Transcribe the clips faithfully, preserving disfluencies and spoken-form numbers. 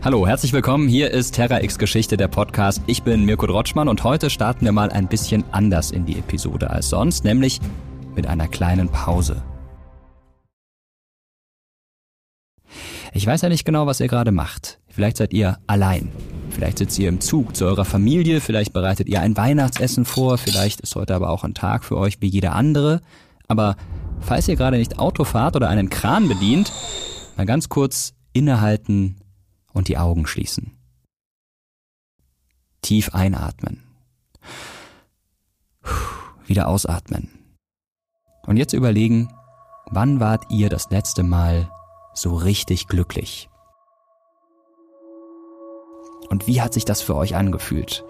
Hallo, herzlich willkommen. Hier ist Terra X Geschichte, der Podcast. Ich bin Mirko Drotschmann und heute starten wir mal ein bisschen anders in die Episode als sonst, nämlich mit einer kleinen Pause. Ich weiß ja nicht genau, was ihr gerade macht. Vielleicht seid ihr allein. Vielleicht sitzt ihr im Zug zu eurer Familie, vielleicht bereitet ihr ein Weihnachtsessen vor, vielleicht ist heute aber auch ein Tag für euch wie jeder andere. Aber falls ihr gerade nicht Auto fahrt oder einen Kran bedient, mal ganz kurz innehalten und die Augen schließen. Tief einatmen. Wieder ausatmen. Und jetzt überlegen, wann wart ihr das letzte Mal so richtig glücklich? Und wie hat sich das für euch angefühlt?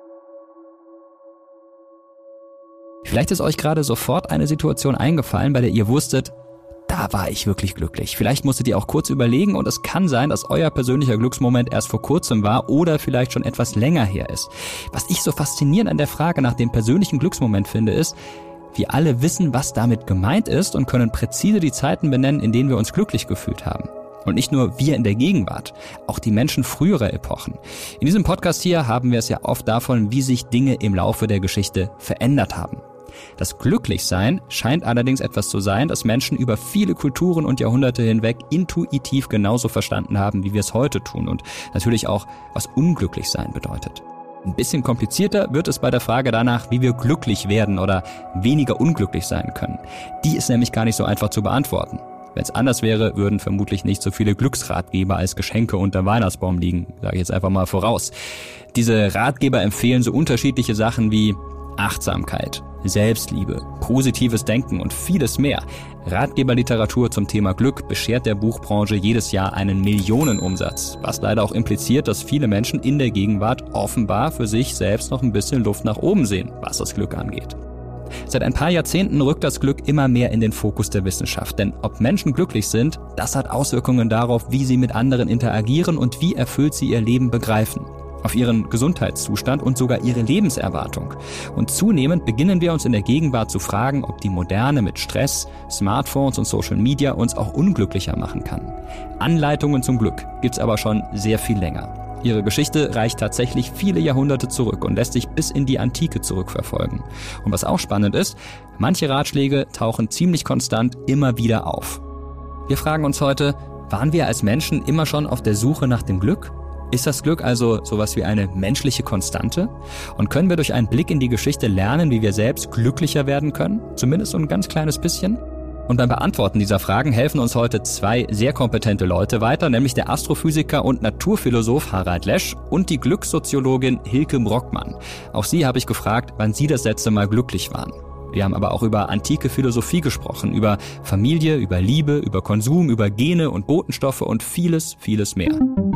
Vielleicht ist euch gerade sofort eine Situation eingefallen, bei der ihr wusstet, da war ich wirklich glücklich. Vielleicht musstet ihr auch kurz überlegen und es kann sein, dass euer persönlicher Glücksmoment erst vor kurzem war oder vielleicht schon etwas länger her ist. Was ich so faszinierend an der Frage nach dem persönlichen Glücksmoment finde, ist, wir alle wissen, was damit gemeint ist und können präzise die Zeiten benennen, in denen wir uns glücklich gefühlt haben. Und nicht nur wir in der Gegenwart, auch die Menschen früherer Epochen. In diesem Podcast hier haben wir es ja oft davon, wie sich Dinge im Laufe der Geschichte verändert haben. Das Glücklichsein scheint allerdings etwas zu sein, das Menschen über viele Kulturen und Jahrhunderte hinweg intuitiv genauso verstanden haben, wie wir es heute tun und natürlich auch, was Unglücklichsein bedeutet. Ein bisschen komplizierter wird es bei der Frage danach, wie wir glücklich werden oder weniger unglücklich sein können. Die ist nämlich gar nicht so einfach zu beantworten. Wenn es anders wäre, würden vermutlich nicht so viele Glücksratgeber als Geschenke unter Weihnachtsbaum liegen, sage ich jetzt einfach mal voraus. Diese Ratgeber empfehlen so unterschiedliche Sachen wie Achtsamkeit, Selbstliebe, positives Denken und vieles mehr. Ratgeberliteratur zum Thema Glück beschert der Buchbranche jedes Jahr einen Millionenumsatz, was leider auch impliziert, dass viele Menschen in der Gegenwart offenbar für sich selbst noch ein bisschen Luft nach oben sehen, was das Glück angeht. Seit ein paar Jahrzehnten rückt das Glück immer mehr in den Fokus der Wissenschaft, denn ob Menschen glücklich sind, das hat Auswirkungen darauf, wie sie mit anderen interagieren und wie erfüllt sie ihr Leben begreifen. Auf ihren Gesundheitszustand und sogar ihre Lebenserwartung. Und zunehmend beginnen wir uns in der Gegenwart zu fragen, ob die Moderne mit Stress, Smartphones und Social Media uns auch unglücklicher machen kann. Anleitungen zum Glück gibt's aber schon sehr viel länger. Ihre Geschichte reicht tatsächlich viele Jahrhunderte zurück und lässt sich bis in die Antike zurückverfolgen. Und was auch spannend ist, manche Ratschläge tauchen ziemlich konstant immer wieder auf. Wir fragen uns heute, waren wir als Menschen immer schon auf der Suche nach dem Glück? Ist das Glück also sowas wie eine menschliche Konstante? Und können wir durch einen Blick in die Geschichte lernen, wie wir selbst glücklicher werden können? Zumindest so ein ganz kleines bisschen? Und beim Beantworten dieser Fragen helfen uns heute zwei sehr kompetente Leute weiter, nämlich der Astrophysiker und Naturphilosoph Harald Lesch und die Glückssoziologin Hilke Brockmann. Auch sie habe ich gefragt, wann sie das letzte Mal glücklich waren. Wir haben aber auch über antike Philosophie gesprochen, über Familie, über Liebe, über Konsum, über Gene und Botenstoffe und vieles, vieles mehr.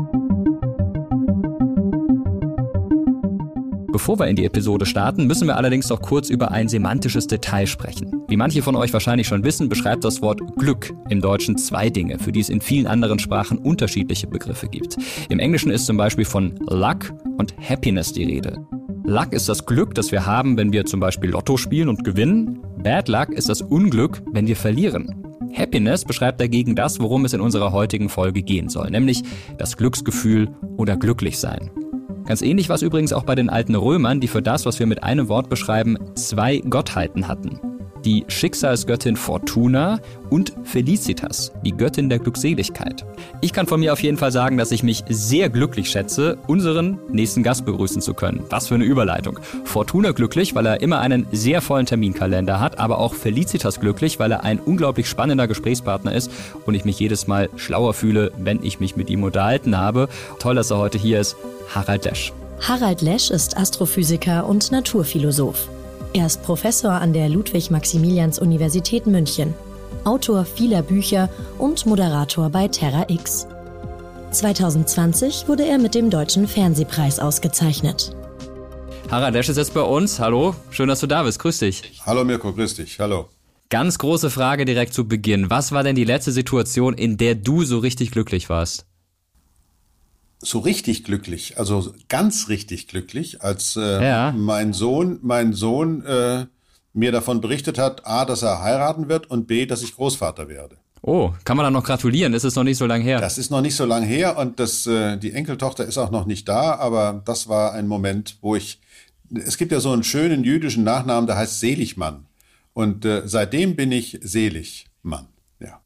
Bevor wir in die Episode starten, müssen wir allerdings noch kurz über ein semantisches Detail sprechen. Wie manche von euch wahrscheinlich schon wissen, beschreibt das Wort Glück im Deutschen zwei Dinge, für die es in vielen anderen Sprachen unterschiedliche Begriffe gibt. Im Englischen ist zum Beispiel von Luck und Happiness die Rede. Luck ist das Glück, das wir haben, wenn wir zum Beispiel Lotto spielen und gewinnen. Bad Luck ist das Unglück, wenn wir verlieren. Happiness beschreibt dagegen das, worum es in unserer heutigen Folge gehen soll, nämlich das Glücksgefühl oder Glücklichsein. Ganz ähnlich war es übrigens auch bei den alten Römern, die für das, was wir mit einem Wort beschreiben, zwei Gottheiten hatten. Die Schicksalsgöttin Fortuna und Felicitas, die Göttin der Glückseligkeit. Ich kann von mir auf jeden Fall sagen, dass ich mich sehr glücklich schätze, unseren nächsten Gast begrüßen zu können. Was für eine Überleitung. Fortuna glücklich, weil er immer einen sehr vollen Terminkalender hat, aber auch Felicitas glücklich, weil er ein unglaublich spannender Gesprächspartner ist und ich mich jedes Mal schlauer fühle, wenn ich mich mit ihm unterhalten habe. Toll, dass er heute hier ist. Harald Lesch. Harald Lesch ist Astrophysiker und Naturphilosoph. Er ist Professor an der Ludwig-Maximilians-Universität München, Autor vieler Bücher und Moderator bei Terra X. zwanzig zwanzig wurde er mit dem Deutschen Fernsehpreis ausgezeichnet. Harald Lesch ist jetzt bei uns. Hallo, schön, dass du da bist. Grüß dich. Hallo Mirko, grüß dich. Hallo. Ganz große Frage direkt zu Beginn. Was war denn die letzte Situation, in der du so richtig glücklich warst? So richtig glücklich, also ganz richtig glücklich, als äh, ja. mein Sohn, mein Sohn äh, mir davon berichtet hat, A, dass er heiraten wird und B, dass ich Großvater werde. Oh, kann man da noch gratulieren? Ist es noch nicht so lange her? Das ist noch nicht so lange her und das, äh, die Enkeltochter ist auch noch nicht da, aber das war ein Moment, wo ich, es gibt ja so einen schönen jüdischen Nachnamen, der heißt Seligmann. Und äh, seitdem bin ich Seligmann, ja.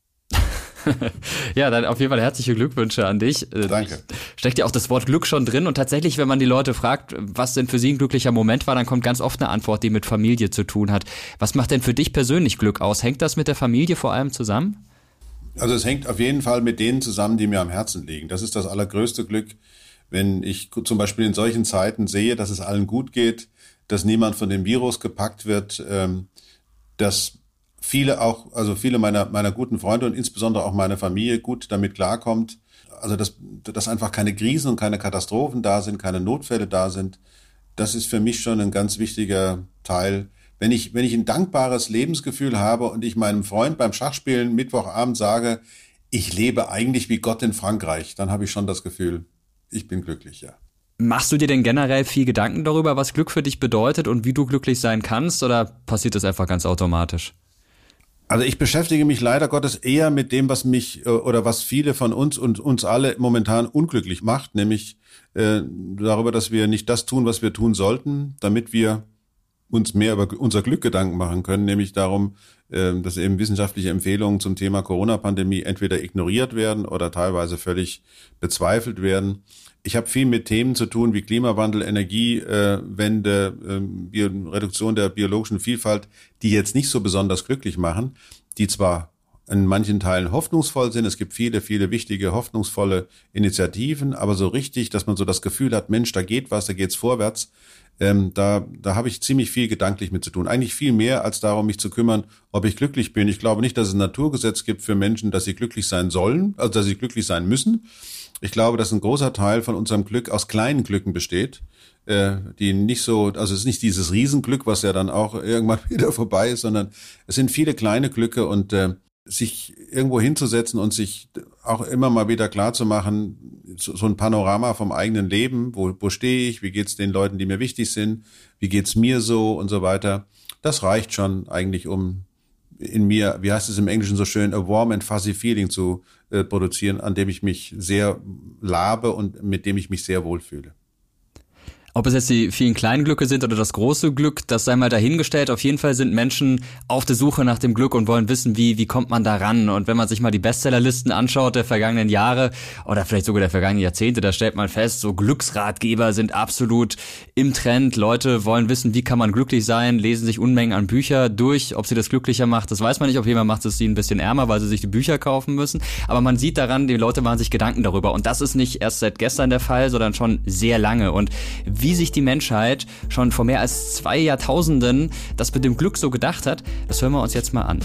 Ja, dann auf jeden Fall herzliche Glückwünsche an dich. Danke. Steckt ja auch das Wort Glück schon drin und tatsächlich, wenn man die Leute fragt, was denn für sie ein glücklicher Moment war, dann kommt ganz oft eine Antwort, die mit Familie zu tun hat. Was macht denn für dich persönlich Glück aus? Hängt das mit der Familie vor allem zusammen? Also es hängt auf jeden Fall mit denen zusammen, die mir am Herzen liegen. Das ist das allergrößte Glück, wenn ich zum Beispiel in solchen Zeiten sehe, dass es allen gut geht, dass niemand von dem Virus gepackt wird, ähm, dass viele auch, also viele meiner meiner guten Freunde und insbesondere auch meine Familie gut damit klarkommt. Also dass, dass einfach keine Krisen und keine Katastrophen da sind, keine Notfälle da sind. Das ist für mich schon ein ganz wichtiger Teil. Wenn ich, wenn ich ein dankbares Lebensgefühl habe und ich meinem Freund beim Schachspielen Mittwochabend sage, ich lebe eigentlich wie Gott in Frankreich, dann habe ich schon das Gefühl, ich bin glücklich, ja. Machst du dir denn generell viel Gedanken darüber, was Glück für dich bedeutet und wie du glücklich sein kannst, oder passiert das einfach ganz automatisch? Also ich beschäftige mich leider Gottes eher mit dem, was mich oder was viele von uns und uns alle momentan unglücklich macht, nämlich äh, darüber, dass wir nicht das tun, was wir tun sollten, damit wir uns mehr über unser Glück Gedanken machen können, nämlich darum, äh, dass eben wissenschaftliche Empfehlungen zum Thema Corona-Pandemie entweder ignoriert werden oder teilweise völlig bezweifelt werden. Ich habe viel mit Themen zu tun wie Klimawandel, Energiewende, äh, Bio- Reduktion der biologischen Vielfalt, die jetzt nicht so besonders glücklich machen, die zwar in manchen Teilen hoffnungsvoll sind. Es gibt viele, viele wichtige, hoffnungsvolle Initiativen, aber so richtig, dass man so das Gefühl hat, Mensch, da geht was, da geht's vorwärts, ähm, da, da habe ich ziemlich viel gedanklich mit zu tun. Eigentlich viel mehr, als darum, mich zu kümmern, ob ich glücklich bin. Ich glaube nicht, dass es ein Naturgesetz gibt für Menschen, dass sie glücklich sein sollen, also dass sie glücklich sein müssen. Ich glaube, dass ein großer Teil von unserem Glück aus kleinen Glücken besteht, äh, die nicht so, also es ist nicht dieses Riesenglück, was ja dann auch irgendwann wieder vorbei ist, sondern es sind viele kleine Glücke und äh, sich irgendwo hinzusetzen und sich auch immer mal wieder klar zu machen, so, so ein Panorama vom eigenen Leben, wo, wo stehe ich, wie geht's den Leuten, die mir wichtig sind, wie geht's mir so und so weiter. Das reicht schon eigentlich, um in mir, wie heißt es im Englischen so schön, a warm and fuzzy feeling zu äh, produzieren, an dem ich mich sehr labe und mit dem ich mich sehr wohlfühle. Ob es jetzt die vielen kleinen Glücke sind oder das große Glück, das sei mal dahingestellt. Auf jeden Fall sind Menschen auf der Suche nach dem Glück und wollen wissen, wie wie kommt man da ran. Und wenn man sich mal die Bestsellerlisten anschaut der vergangenen Jahre oder vielleicht sogar der vergangenen Jahrzehnte, da stellt man fest, so Glücksratgeber sind absolut im Trend. Leute wollen wissen, wie kann man glücklich sein, lesen sich Unmengen an Bücher durch. Ob sie das glücklicher macht, das weiß man nicht. Auf jeden Fall macht es sie ein bisschen ärmer, weil sie sich die Bücher kaufen müssen. Aber man sieht daran, die Leute machen sich Gedanken darüber. Und das ist nicht erst seit gestern der Fall, sondern schon sehr lange. Und wie sich die Menschheit schon vor mehr als zwei Jahrtausenden das mit dem Glück so gedacht hat, das hören wir uns jetzt mal an.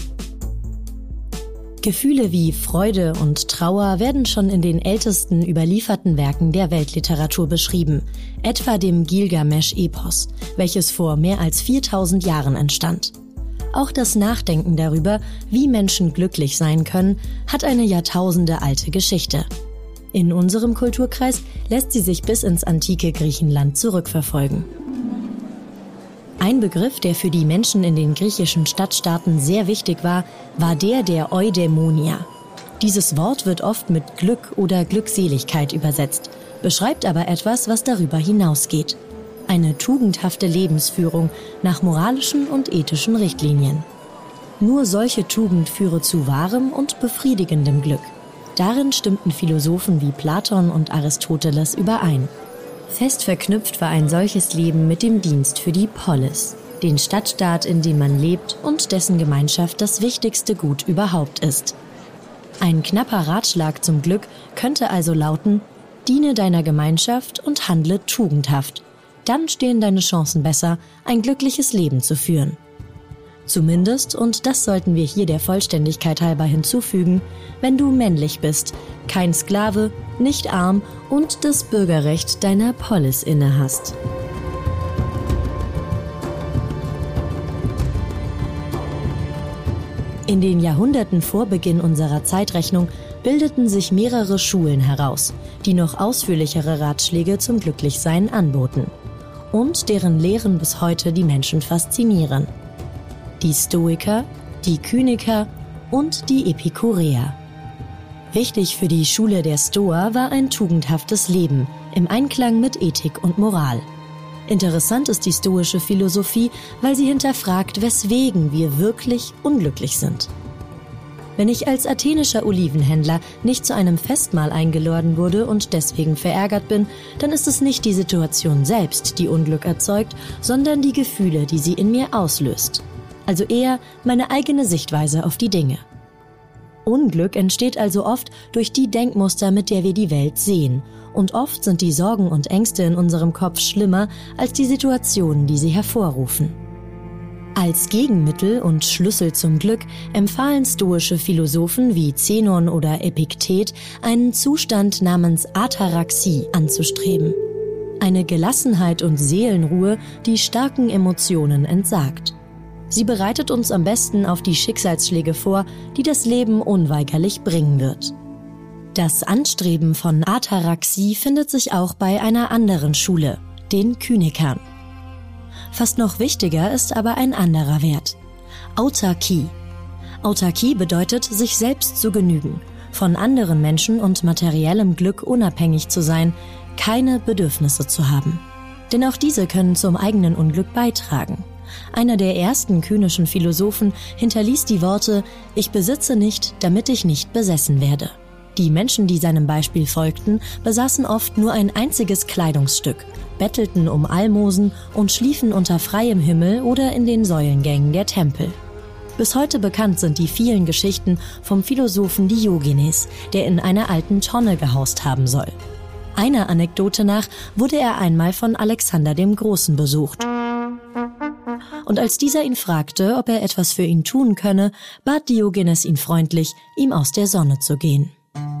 Gefühle wie Freude und Trauer werden schon in den ältesten überlieferten Werken der Weltliteratur beschrieben, etwa dem Gilgamesch-Epos, welches vor mehr als viertausend Jahren entstand. Auch das Nachdenken darüber, wie Menschen glücklich sein können, hat eine jahrtausendealte Geschichte. In unserem Kulturkreis lässt sie sich bis ins antike Griechenland zurückverfolgen. Ein Begriff, der für die Menschen in den griechischen Stadtstaaten sehr wichtig war, war der der Eudaimonia. Dieses Wort wird oft mit Glück oder Glückseligkeit übersetzt, beschreibt aber etwas, was darüber hinausgeht. Eine tugendhafte Lebensführung nach moralischen und ethischen Richtlinien. Nur solche Tugend führe zu wahrem und befriedigendem Glück. Darin stimmten Philosophen wie Platon und Aristoteles überein. Fest verknüpft war ein solches Leben mit dem Dienst für die Polis, den Stadtstaat, in dem man lebt und dessen Gemeinschaft das wichtigste Gut überhaupt ist. Ein knapper Ratschlag zum Glück könnte also lauten: Diene deiner Gemeinschaft und handle tugendhaft. Dann stehen deine Chancen besser, ein glückliches Leben zu führen. Zumindest, und das sollten wir hier der Vollständigkeit halber hinzufügen, wenn du männlich bist, kein Sklave, nicht arm und das Bürgerrecht deiner Polis innehast. In den Jahrhunderten vor Beginn unserer Zeitrechnung bildeten sich mehrere Schulen heraus, die noch ausführlichere Ratschläge zum Glücklichsein anboten und deren Lehren bis heute die Menschen faszinieren. Die Stoiker, die Kyniker und die Epikureer. Wichtig für die Schule der Stoa war ein tugendhaftes Leben im Einklang mit Ethik und Moral. Interessant ist die stoische Philosophie, weil sie hinterfragt, weswegen wir wirklich unglücklich sind. Wenn ich als athenischer Olivenhändler nicht zu einem Festmahl eingeladen wurde und deswegen verärgert bin, dann ist es nicht die Situation selbst, die Unglück erzeugt, sondern die Gefühle, die sie in mir auslöst. Also eher meine eigene Sichtweise auf die Dinge. Unglück entsteht also oft durch die Denkmuster, mit der wir die Welt sehen. Und oft sind die Sorgen und Ängste in unserem Kopf schlimmer als die Situationen, die sie hervorrufen. Als Gegenmittel und Schlüssel zum Glück empfahlen stoische Philosophen wie Zenon oder Epiktet, einen Zustand namens Ataraxie anzustreben. Eine Gelassenheit und Seelenruhe, die starken Emotionen entsagt. Sie bereitet uns am besten auf die Schicksalsschläge vor, die das Leben unweigerlich bringen wird. Das Anstreben von Ataraxie findet sich auch bei einer anderen Schule, den Kynikern. Fast noch wichtiger ist aber ein anderer Wert: Autarkie. Autarkie bedeutet, sich selbst zu genügen, von anderen Menschen und materiellem Glück unabhängig zu sein, keine Bedürfnisse zu haben. Denn auch diese können zum eigenen Unglück beitragen. Einer der ersten kynischen Philosophen hinterließ die Worte: Ich besitze nicht, damit ich nicht besessen werde. Die Menschen, die seinem Beispiel folgten, besaßen oft nur ein einziges Kleidungsstück, bettelten um Almosen und schliefen unter freiem Himmel oder in den Säulengängen der Tempel. Bis heute bekannt sind die vielen Geschichten vom Philosophen Diogenes, der in einer alten Tonne gehaust haben soll. Einer Anekdote nach wurde er einmal von Alexander dem Großen besucht. Und als dieser ihn fragte, ob er etwas für ihn tun könne, bat Diogenes ihn freundlich, ihm aus der Sonne zu gehen.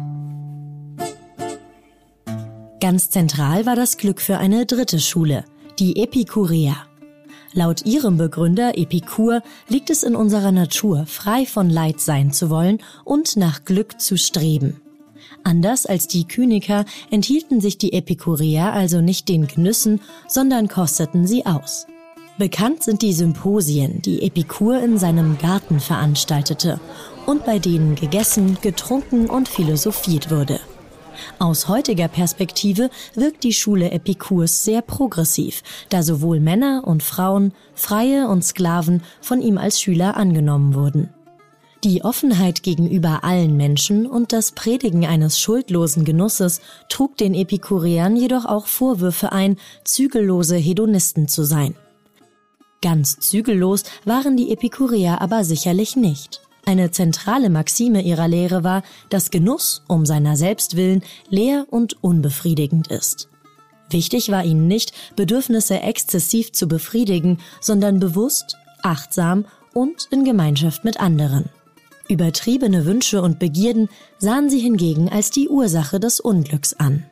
Ganz zentral war das Glück für eine dritte Schule, die Epikureer. Laut ihrem Begründer Epikur liegt es in unserer Natur, frei von Leid sein zu wollen und nach Glück zu streben. Anders als die Kyniker enthielten sich die Epikureer also nicht den Genüssen, sondern kosteten sie aus. Bekannt sind die Symposien, die Epikur in seinem Garten veranstaltete und bei denen gegessen, getrunken und philosophiert wurde. Aus heutiger Perspektive wirkt die Schule Epikurs sehr progressiv, da sowohl Männer und Frauen, Freie und Sklaven von ihm als Schüler angenommen wurden. Die Offenheit gegenüber allen Menschen und das Predigen eines schuldlosen Genusses trug den Epikureern jedoch auch Vorwürfe ein, zügellose Hedonisten zu sein. Ganz zügellos waren die Epikureer aber sicherlich nicht. Eine zentrale Maxime ihrer Lehre war, dass Genuss um seiner selbst willen leer und unbefriedigend ist. Wichtig war ihnen nicht, Bedürfnisse exzessiv zu befriedigen, sondern bewusst, achtsam und in Gemeinschaft mit anderen. Übertriebene Wünsche und Begierden sahen sie hingegen als die Ursache des Unglücks an.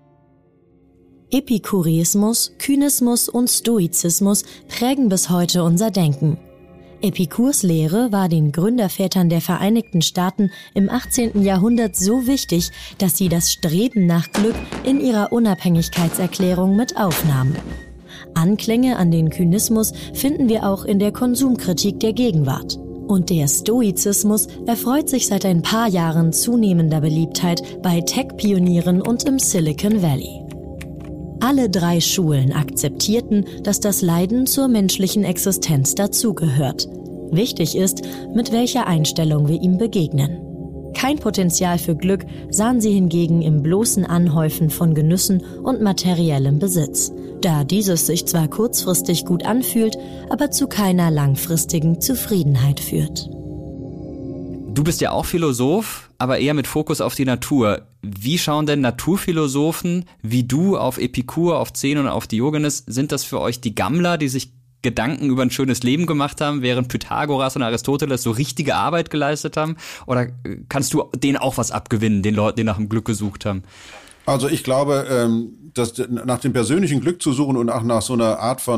Epikureismus, Kynismus und Stoizismus prägen bis heute unser Denken. Epikurs Lehre war den Gründervätern der Vereinigten Staaten im achtzehnten Jahrhundert so wichtig, dass sie das Streben nach Glück in ihrer Unabhängigkeitserklärung mit aufnahmen. Anklänge an den Kynismus finden wir auch in der Konsumkritik der Gegenwart. Und der Stoizismus erfreut sich seit ein paar Jahren zunehmender Beliebtheit bei Tech-Pionieren und im Silicon Valley. Alle drei Schulen akzeptierten, dass das Leiden zur menschlichen Existenz dazugehört. Wichtig ist, mit welcher Einstellung wir ihm begegnen. Kein Potenzial für Glück sahen sie hingegen im bloßen Anhäufen von Genüssen und materiellem Besitz, da dieses sich zwar kurzfristig gut anfühlt, aber zu keiner langfristigen Zufriedenheit führt. Du bist ja auch Philosoph, aber eher mit Fokus auf die Natur. Wie schauen denn Naturphilosophen wie du auf Epikur, auf Zenon und auf Diogenes? Sind das für euch die Gammler, die sich Gedanken über ein schönes Leben gemacht haben, während Pythagoras und Aristoteles so richtige Arbeit geleistet haben? Oder kannst du denen auch was abgewinnen, den Leuten, die nach dem Glück gesucht haben? Also ich glaube, dass nach dem persönlichen Glück zu suchen und auch nach so einer Art von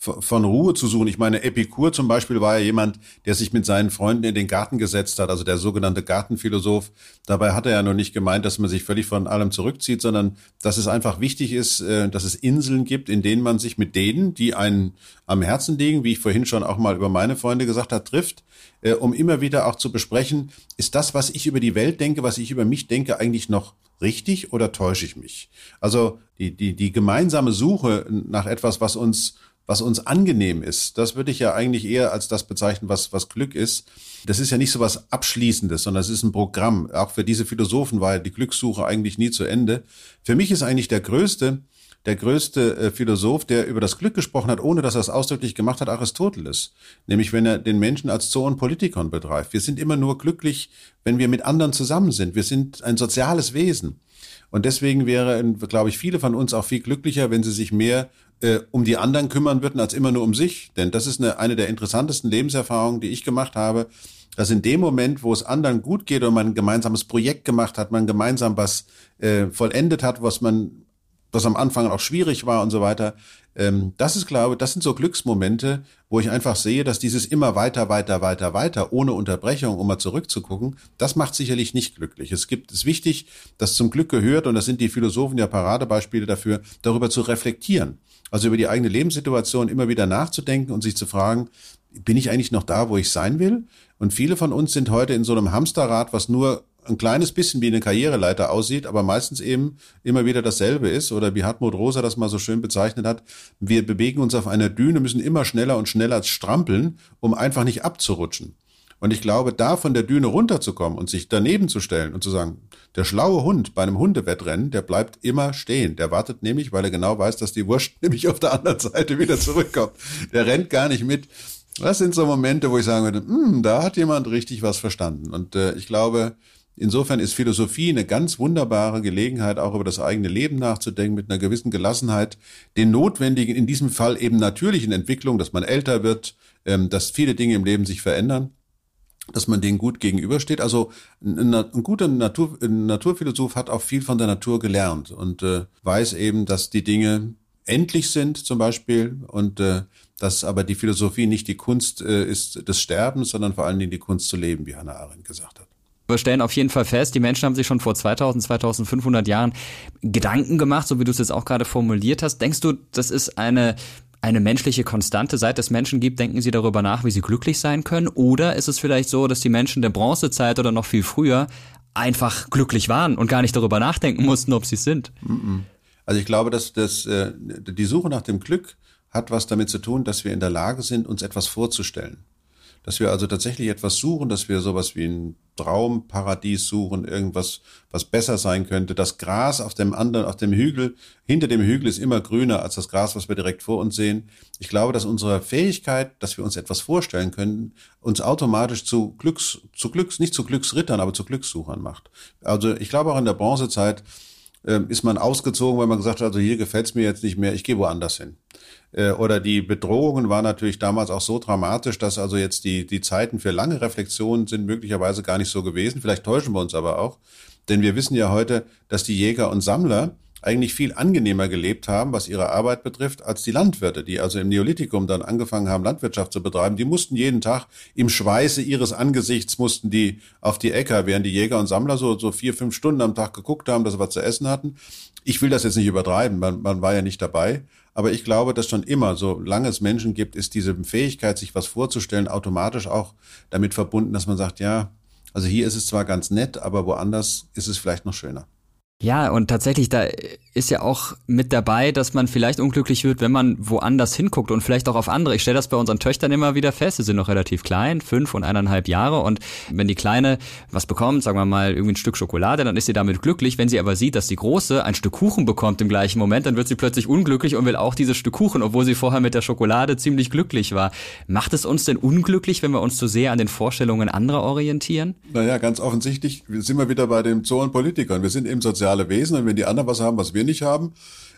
von Ruhe zu suchen. Ich meine, Epikur zum Beispiel war ja jemand, der sich mit seinen Freunden in den Garten gesetzt hat, also der sogenannte Gartenphilosoph. Dabei hat er ja noch nicht gemeint, dass man sich völlig von allem zurückzieht, sondern dass es einfach wichtig ist, dass es Inseln gibt, in denen man sich mit denen, die einen am Herzen liegen, wie ich vorhin schon auch mal über meine Freunde gesagt habe, trifft, um immer wieder auch zu besprechen, ist das, was ich über die Welt denke, was ich über mich denke, eigentlich noch richtig oder täusche ich mich? Also die, die, die gemeinsame Suche nach etwas, was uns was uns angenehm ist, das würde ich ja eigentlich eher als das bezeichnen, was was Glück ist. Das ist ja nicht so was Abschließendes, sondern es ist ein Programm. Auch für diese Philosophen war ja die Glückssuche eigentlich nie zu Ende. Für mich ist eigentlich der größte, der größte äh, Philosoph, der über das Glück gesprochen hat, ohne dass er es ausdrücklich gemacht hat, Aristoteles. Nämlich, wenn er den Menschen als Zoon Politikon begreift. Wir sind immer nur glücklich, wenn wir mit anderen zusammen sind. Wir sind ein soziales Wesen. Und deswegen wäre, glaube ich, viele von uns auch viel glücklicher, wenn sie sich mehr äh, um die anderen kümmern würden, als immer nur um sich. Denn das ist eine, eine der interessantesten Lebenserfahrungen, die ich gemacht habe, dass in dem Moment, wo es anderen gut geht und man ein gemeinsames Projekt gemacht hat, man gemeinsam was äh, vollendet hat, was man, was am Anfang auch schwierig war und so weiter, ähm, das ist, glaube ich, das sind so Glücksmomente, wo ich einfach sehe, dass dieses immer weiter, weiter, weiter, weiter, ohne Unterbrechung, um mal zurückzugucken, das macht sicherlich nicht glücklich. Es gibt, es ist wichtig, dass zum Glück gehört, und das sind die Philosophen ja Paradebeispiele dafür, darüber zu reflektieren. Also über die eigene Lebenssituation immer wieder nachzudenken und sich zu fragen, bin ich eigentlich noch da, wo ich sein will? Und viele von uns sind heute in so einem Hamsterrad, was nur ein kleines bisschen wie eine Karriereleiter aussieht, aber meistens eben immer wieder dasselbe ist, oder wie Hartmut Rosa das mal so schön bezeichnet hat, wir bewegen uns auf einer Düne, müssen immer schneller und schneller strampeln, um einfach nicht abzurutschen. Und ich glaube, da von der Düne runterzukommen und sich daneben zu stellen und zu sagen, der schlaue Hund bei einem Hundewettrennen, der bleibt immer stehen. Der wartet nämlich, weil er genau weiß, dass die Wurst nämlich auf der anderen Seite wieder zurückkommt. Der rennt gar nicht mit. Das sind so Momente, wo ich sagen würde, hm, da hat jemand richtig was verstanden. Und äh, ich glaube, insofern ist Philosophie eine ganz wunderbare Gelegenheit, auch über das eigene Leben nachzudenken, mit einer gewissen Gelassenheit, den notwendigen, in diesem Fall eben natürlichen Entwicklungen, dass man älter wird, ähm, dass viele Dinge im Leben sich verändern, dass man denen gut gegenübersteht. Also ein, ein guter Natur, ein Naturphilosoph hat auch viel von der Natur gelernt und äh, weiß eben, dass die Dinge endlich sind zum Beispiel und äh, dass aber die Philosophie nicht die Kunst äh, ist des Sterbens, sondern vor allen Dingen die Kunst zu leben, wie Hannah Arendt gesagt hat. Wir stellen auf jeden Fall fest, die Menschen haben sich schon vor zweitausend, zweitausendfünfhundert Jahren Gedanken gemacht, so wie du es jetzt auch gerade formuliert hast. Denkst du, das ist eine eine menschliche Konstante? Seit es Menschen gibt, denken sie darüber nach, wie sie glücklich sein können? Oder ist es vielleicht so, dass die Menschen der Bronzezeit oder noch viel früher einfach glücklich waren und gar nicht darüber nachdenken mussten, ob sie es sind? Also ich glaube, dass das, äh, die Suche nach dem Glück hat was damit zu tun, dass wir in der Lage sind, uns etwas vorzustellen. Dass wir also tatsächlich etwas suchen, dass wir sowas wie ein Traumparadies suchen, irgendwas, was besser sein könnte. Das Gras auf dem anderen, auf dem Hügel, hinter dem Hügel ist immer grüner als das Gras, was wir direkt vor uns sehen. Ich glaube, dass unsere Fähigkeit, dass wir uns etwas vorstellen können, uns automatisch zu Glücks, zu Glücks, nicht zu Glücksrittern, aber zu Glückssuchern macht. Also ich glaube auch in der Bronzezeit äh, ist man ausgezogen, weil man gesagt hat, also hier gefällt's mir jetzt nicht mehr, ich gehe woanders hin. Oder die Bedrohungen waren natürlich damals auch so dramatisch, dass also jetzt die die Zeiten für lange Reflexionen sind möglicherweise gar nicht so gewesen. Vielleicht täuschen wir uns aber auch. Denn wir wissen ja heute, dass die Jäger und Sammler eigentlich viel angenehmer gelebt haben, was ihre Arbeit betrifft, als die Landwirte, die also im Neolithikum dann angefangen haben, Landwirtschaft zu betreiben. Die mussten jeden Tag im Schweiße ihres Angesichts mussten die auf die Äcker, während die Jäger und Sammler so so vier, fünf Stunden am Tag geguckt haben, dass sie was zu essen hatten. Ich will das jetzt nicht übertreiben, man, man war ja nicht dabei. Aber ich glaube, dass schon immer, solange es Menschen gibt, ist diese Fähigkeit, sich was vorzustellen, automatisch auch damit verbunden, dass man sagt, ja, also hier ist es zwar ganz nett, aber woanders ist es vielleicht noch schöner. Ja, und tatsächlich, da ist ja auch mit dabei, dass man vielleicht unglücklich wird, wenn man woanders hinguckt und vielleicht auch auf andere. Ich stelle das bei unseren Töchtern immer wieder fest, sie sind noch relativ klein, fünf und eineinhalb Jahre, und wenn die Kleine was bekommt, sagen wir mal irgendwie ein Stück Schokolade, dann ist sie damit glücklich. Wenn sie aber sieht, dass die Große ein Stück Kuchen bekommt im gleichen Moment, dann wird sie plötzlich unglücklich und will auch dieses Stück Kuchen, obwohl sie vorher mit der Schokolade ziemlich glücklich war. Macht es uns denn unglücklich, wenn wir uns zu sehr an den Vorstellungen anderer orientieren? Naja, ganz offensichtlich sind wir wieder bei dem Zoon Politikon. Wir sind eben soziale Wesen, und wenn die anderen was haben, was wir nicht haben,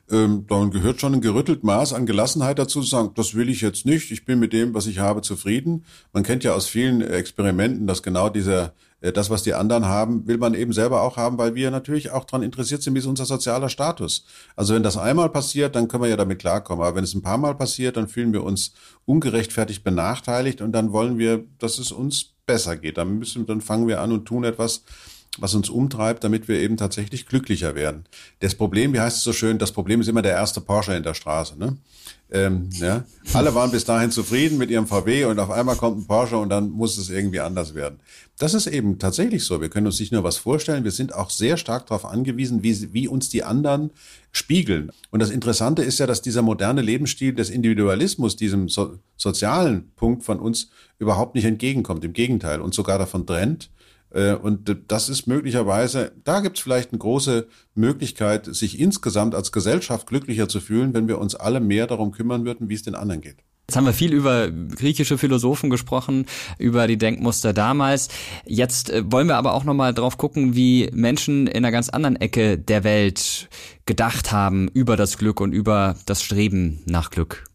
ähm, dann gehört schon ein gerüttelt Maß an Gelassenheit dazu, zu sagen, das will ich jetzt nicht, ich bin mit dem, was ich habe, zufrieden. Man kennt ja aus vielen Experimenten, dass genau dieser das, was die anderen haben, will man eben selber auch haben, weil wir natürlich auch daran interessiert sind, wie ist unser sozialer Status. Also wenn das einmal passiert, dann können wir ja damit klarkommen. Aber wenn es ein paar Mal passiert, dann fühlen wir uns ungerechtfertigt benachteiligt und dann wollen wir, dass es uns besser geht. Dann müssen, dann fangen wir an und tun etwas, was uns umtreibt, damit wir eben tatsächlich glücklicher werden. Das Problem, wie heißt es so schön, das Problem ist immer der erste Porsche in der Straße, ne? Ähm, ja. Alle waren bis dahin zufrieden mit ihrem V W und auf einmal kommt ein Porsche und dann muss es irgendwie anders werden. Das ist eben tatsächlich so. Wir können uns nicht nur was vorstellen, wir sind auch sehr stark darauf angewiesen, wie, wie uns die anderen spiegeln. Und das Interessante ist ja, dass dieser moderne Lebensstil des Individualismus diesem so, sozialen Punkt von uns überhaupt nicht entgegenkommt. Im Gegenteil, uns sogar davon trennt. Und das ist möglicherweise, da gibt es vielleicht eine große Möglichkeit, sich insgesamt als Gesellschaft glücklicher zu fühlen, wenn wir uns alle mehr darum kümmern würden, wie es den anderen geht. Jetzt haben wir viel über griechische Philosophen gesprochen, über die Denkmuster damals. Jetzt wollen wir aber auch nochmal drauf gucken, wie Menschen in einer ganz anderen Ecke der Welt gedacht haben über das Glück und über das Streben nach Glück.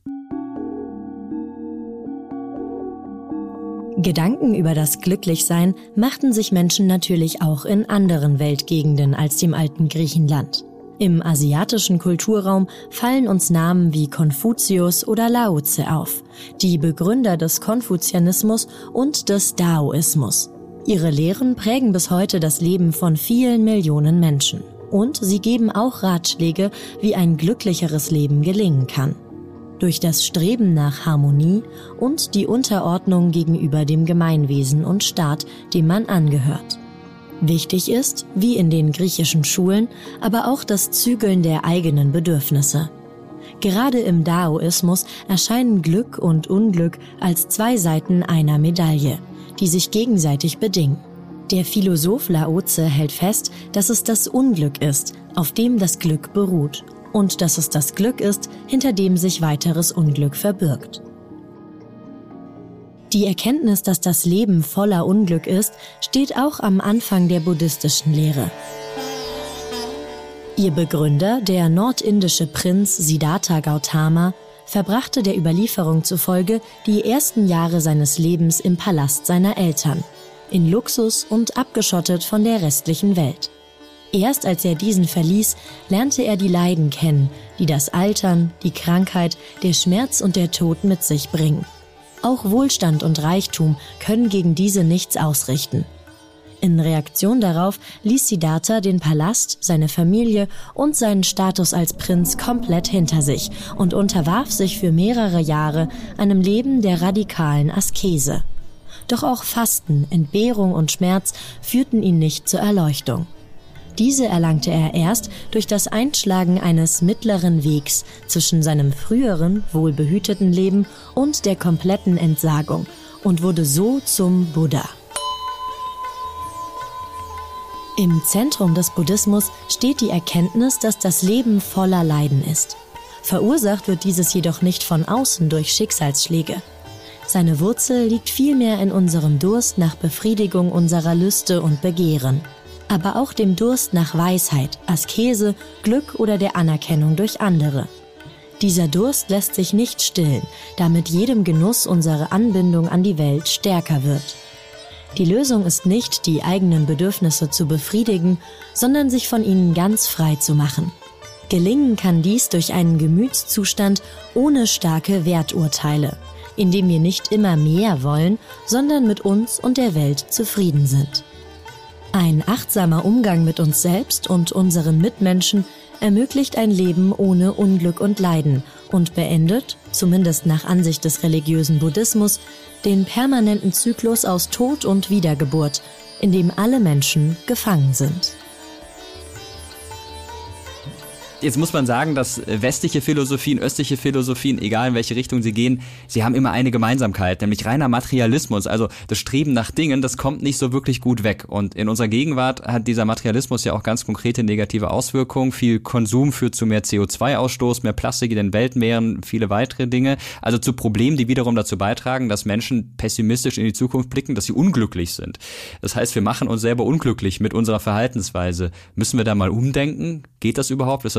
Gedanken über das Glücklichsein machten sich Menschen natürlich auch in anderen Weltgegenden als dem alten Griechenland. Im asiatischen Kulturraum fallen uns Namen wie Konfuzius oder Lao Tse auf, die Begründer des Konfuzianismus und des Daoismus. Ihre Lehren prägen bis heute das Leben von vielen Millionen Menschen. Und sie geben auch Ratschläge, wie ein glücklicheres Leben gelingen kann. Durch das Streben nach Harmonie und die Unterordnung gegenüber dem Gemeinwesen und Staat, dem man angehört. Wichtig ist, wie in den griechischen Schulen, aber auch das Zügeln der eigenen Bedürfnisse. Gerade im Daoismus erscheinen Glück und Unglück als zwei Seiten einer Medaille, die sich gegenseitig bedingen. Der Philosoph Lao Tse hält fest, dass es das Unglück ist, auf dem das Glück beruht. Und dass es das Glück ist, hinter dem sich weiteres Unglück verbirgt. Die Erkenntnis, dass das Leben voller Unglück ist, steht auch am Anfang der buddhistischen Lehre. Ihr Begründer, der nordindische Prinz Siddhartha Gautama, verbrachte der Überlieferung zufolge die ersten Jahre seines Lebens im Palast seiner Eltern, in Luxus und abgeschottet von der restlichen Welt. Erst als er diesen verließ, lernte er die Leiden kennen, die das Altern, die Krankheit, der Schmerz und der Tod mit sich bringen. Auch Wohlstand und Reichtum können gegen diese nichts ausrichten. In Reaktion darauf ließ Siddhartha den Palast, seine Familie und seinen Status als Prinz komplett hinter sich und unterwarf sich für mehrere Jahre einem Leben der radikalen Askese. Doch auch Fasten, Entbehrung und Schmerz führten ihn nicht zur Erleuchtung. Diese erlangte er erst durch das Einschlagen eines mittleren Wegs zwischen seinem früheren, wohlbehüteten Leben und der kompletten Entsagung und wurde so zum Buddha. Im Zentrum des Buddhismus steht die Erkenntnis, dass das Leben voller Leiden ist. Verursacht wird dieses jedoch nicht von außen durch Schicksalsschläge. Seine Wurzel liegt vielmehr in unserem Durst nach Befriedigung unserer Lüste und Begehren. Aber auch dem Durst nach Weisheit, Askese, Glück oder der Anerkennung durch andere. Dieser Durst lässt sich nicht stillen, da mit jedem Genuss unsere Anbindung an die Welt stärker wird. Die Lösung ist nicht, die eigenen Bedürfnisse zu befriedigen, sondern sich von ihnen ganz frei zu machen. Gelingen kann dies durch einen Gemütszustand ohne starke Werturteile, in dem wir nicht immer mehr wollen, sondern mit uns und der Welt zufrieden sind. Ein achtsamer Umgang mit uns selbst und unseren Mitmenschen ermöglicht ein Leben ohne Unglück und Leiden und beendet, zumindest nach Ansicht des religiösen Buddhismus, den permanenten Zyklus aus Tod und Wiedergeburt, in dem alle Menschen gefangen sind. Jetzt muss man sagen, dass westliche Philosophien, östliche Philosophien, egal in welche Richtung sie gehen, sie haben immer eine Gemeinsamkeit, nämlich reiner Materialismus. Also das Streben nach Dingen, das kommt nicht so wirklich gut weg. Und in unserer Gegenwart hat dieser Materialismus ja auch ganz konkrete negative Auswirkungen. Viel Konsum führt zu mehr C O zwei Ausstoß, mehr Plastik in den Weltmeeren, viele weitere Dinge. Also zu Problemen, die wiederum dazu beitragen, dass Menschen pessimistisch in die Zukunft blicken, dass sie unglücklich sind. Das heißt, wir machen uns selber unglücklich mit unserer Verhaltensweise. Müssen wir da mal umdenken? Geht das überhaupt? Ist das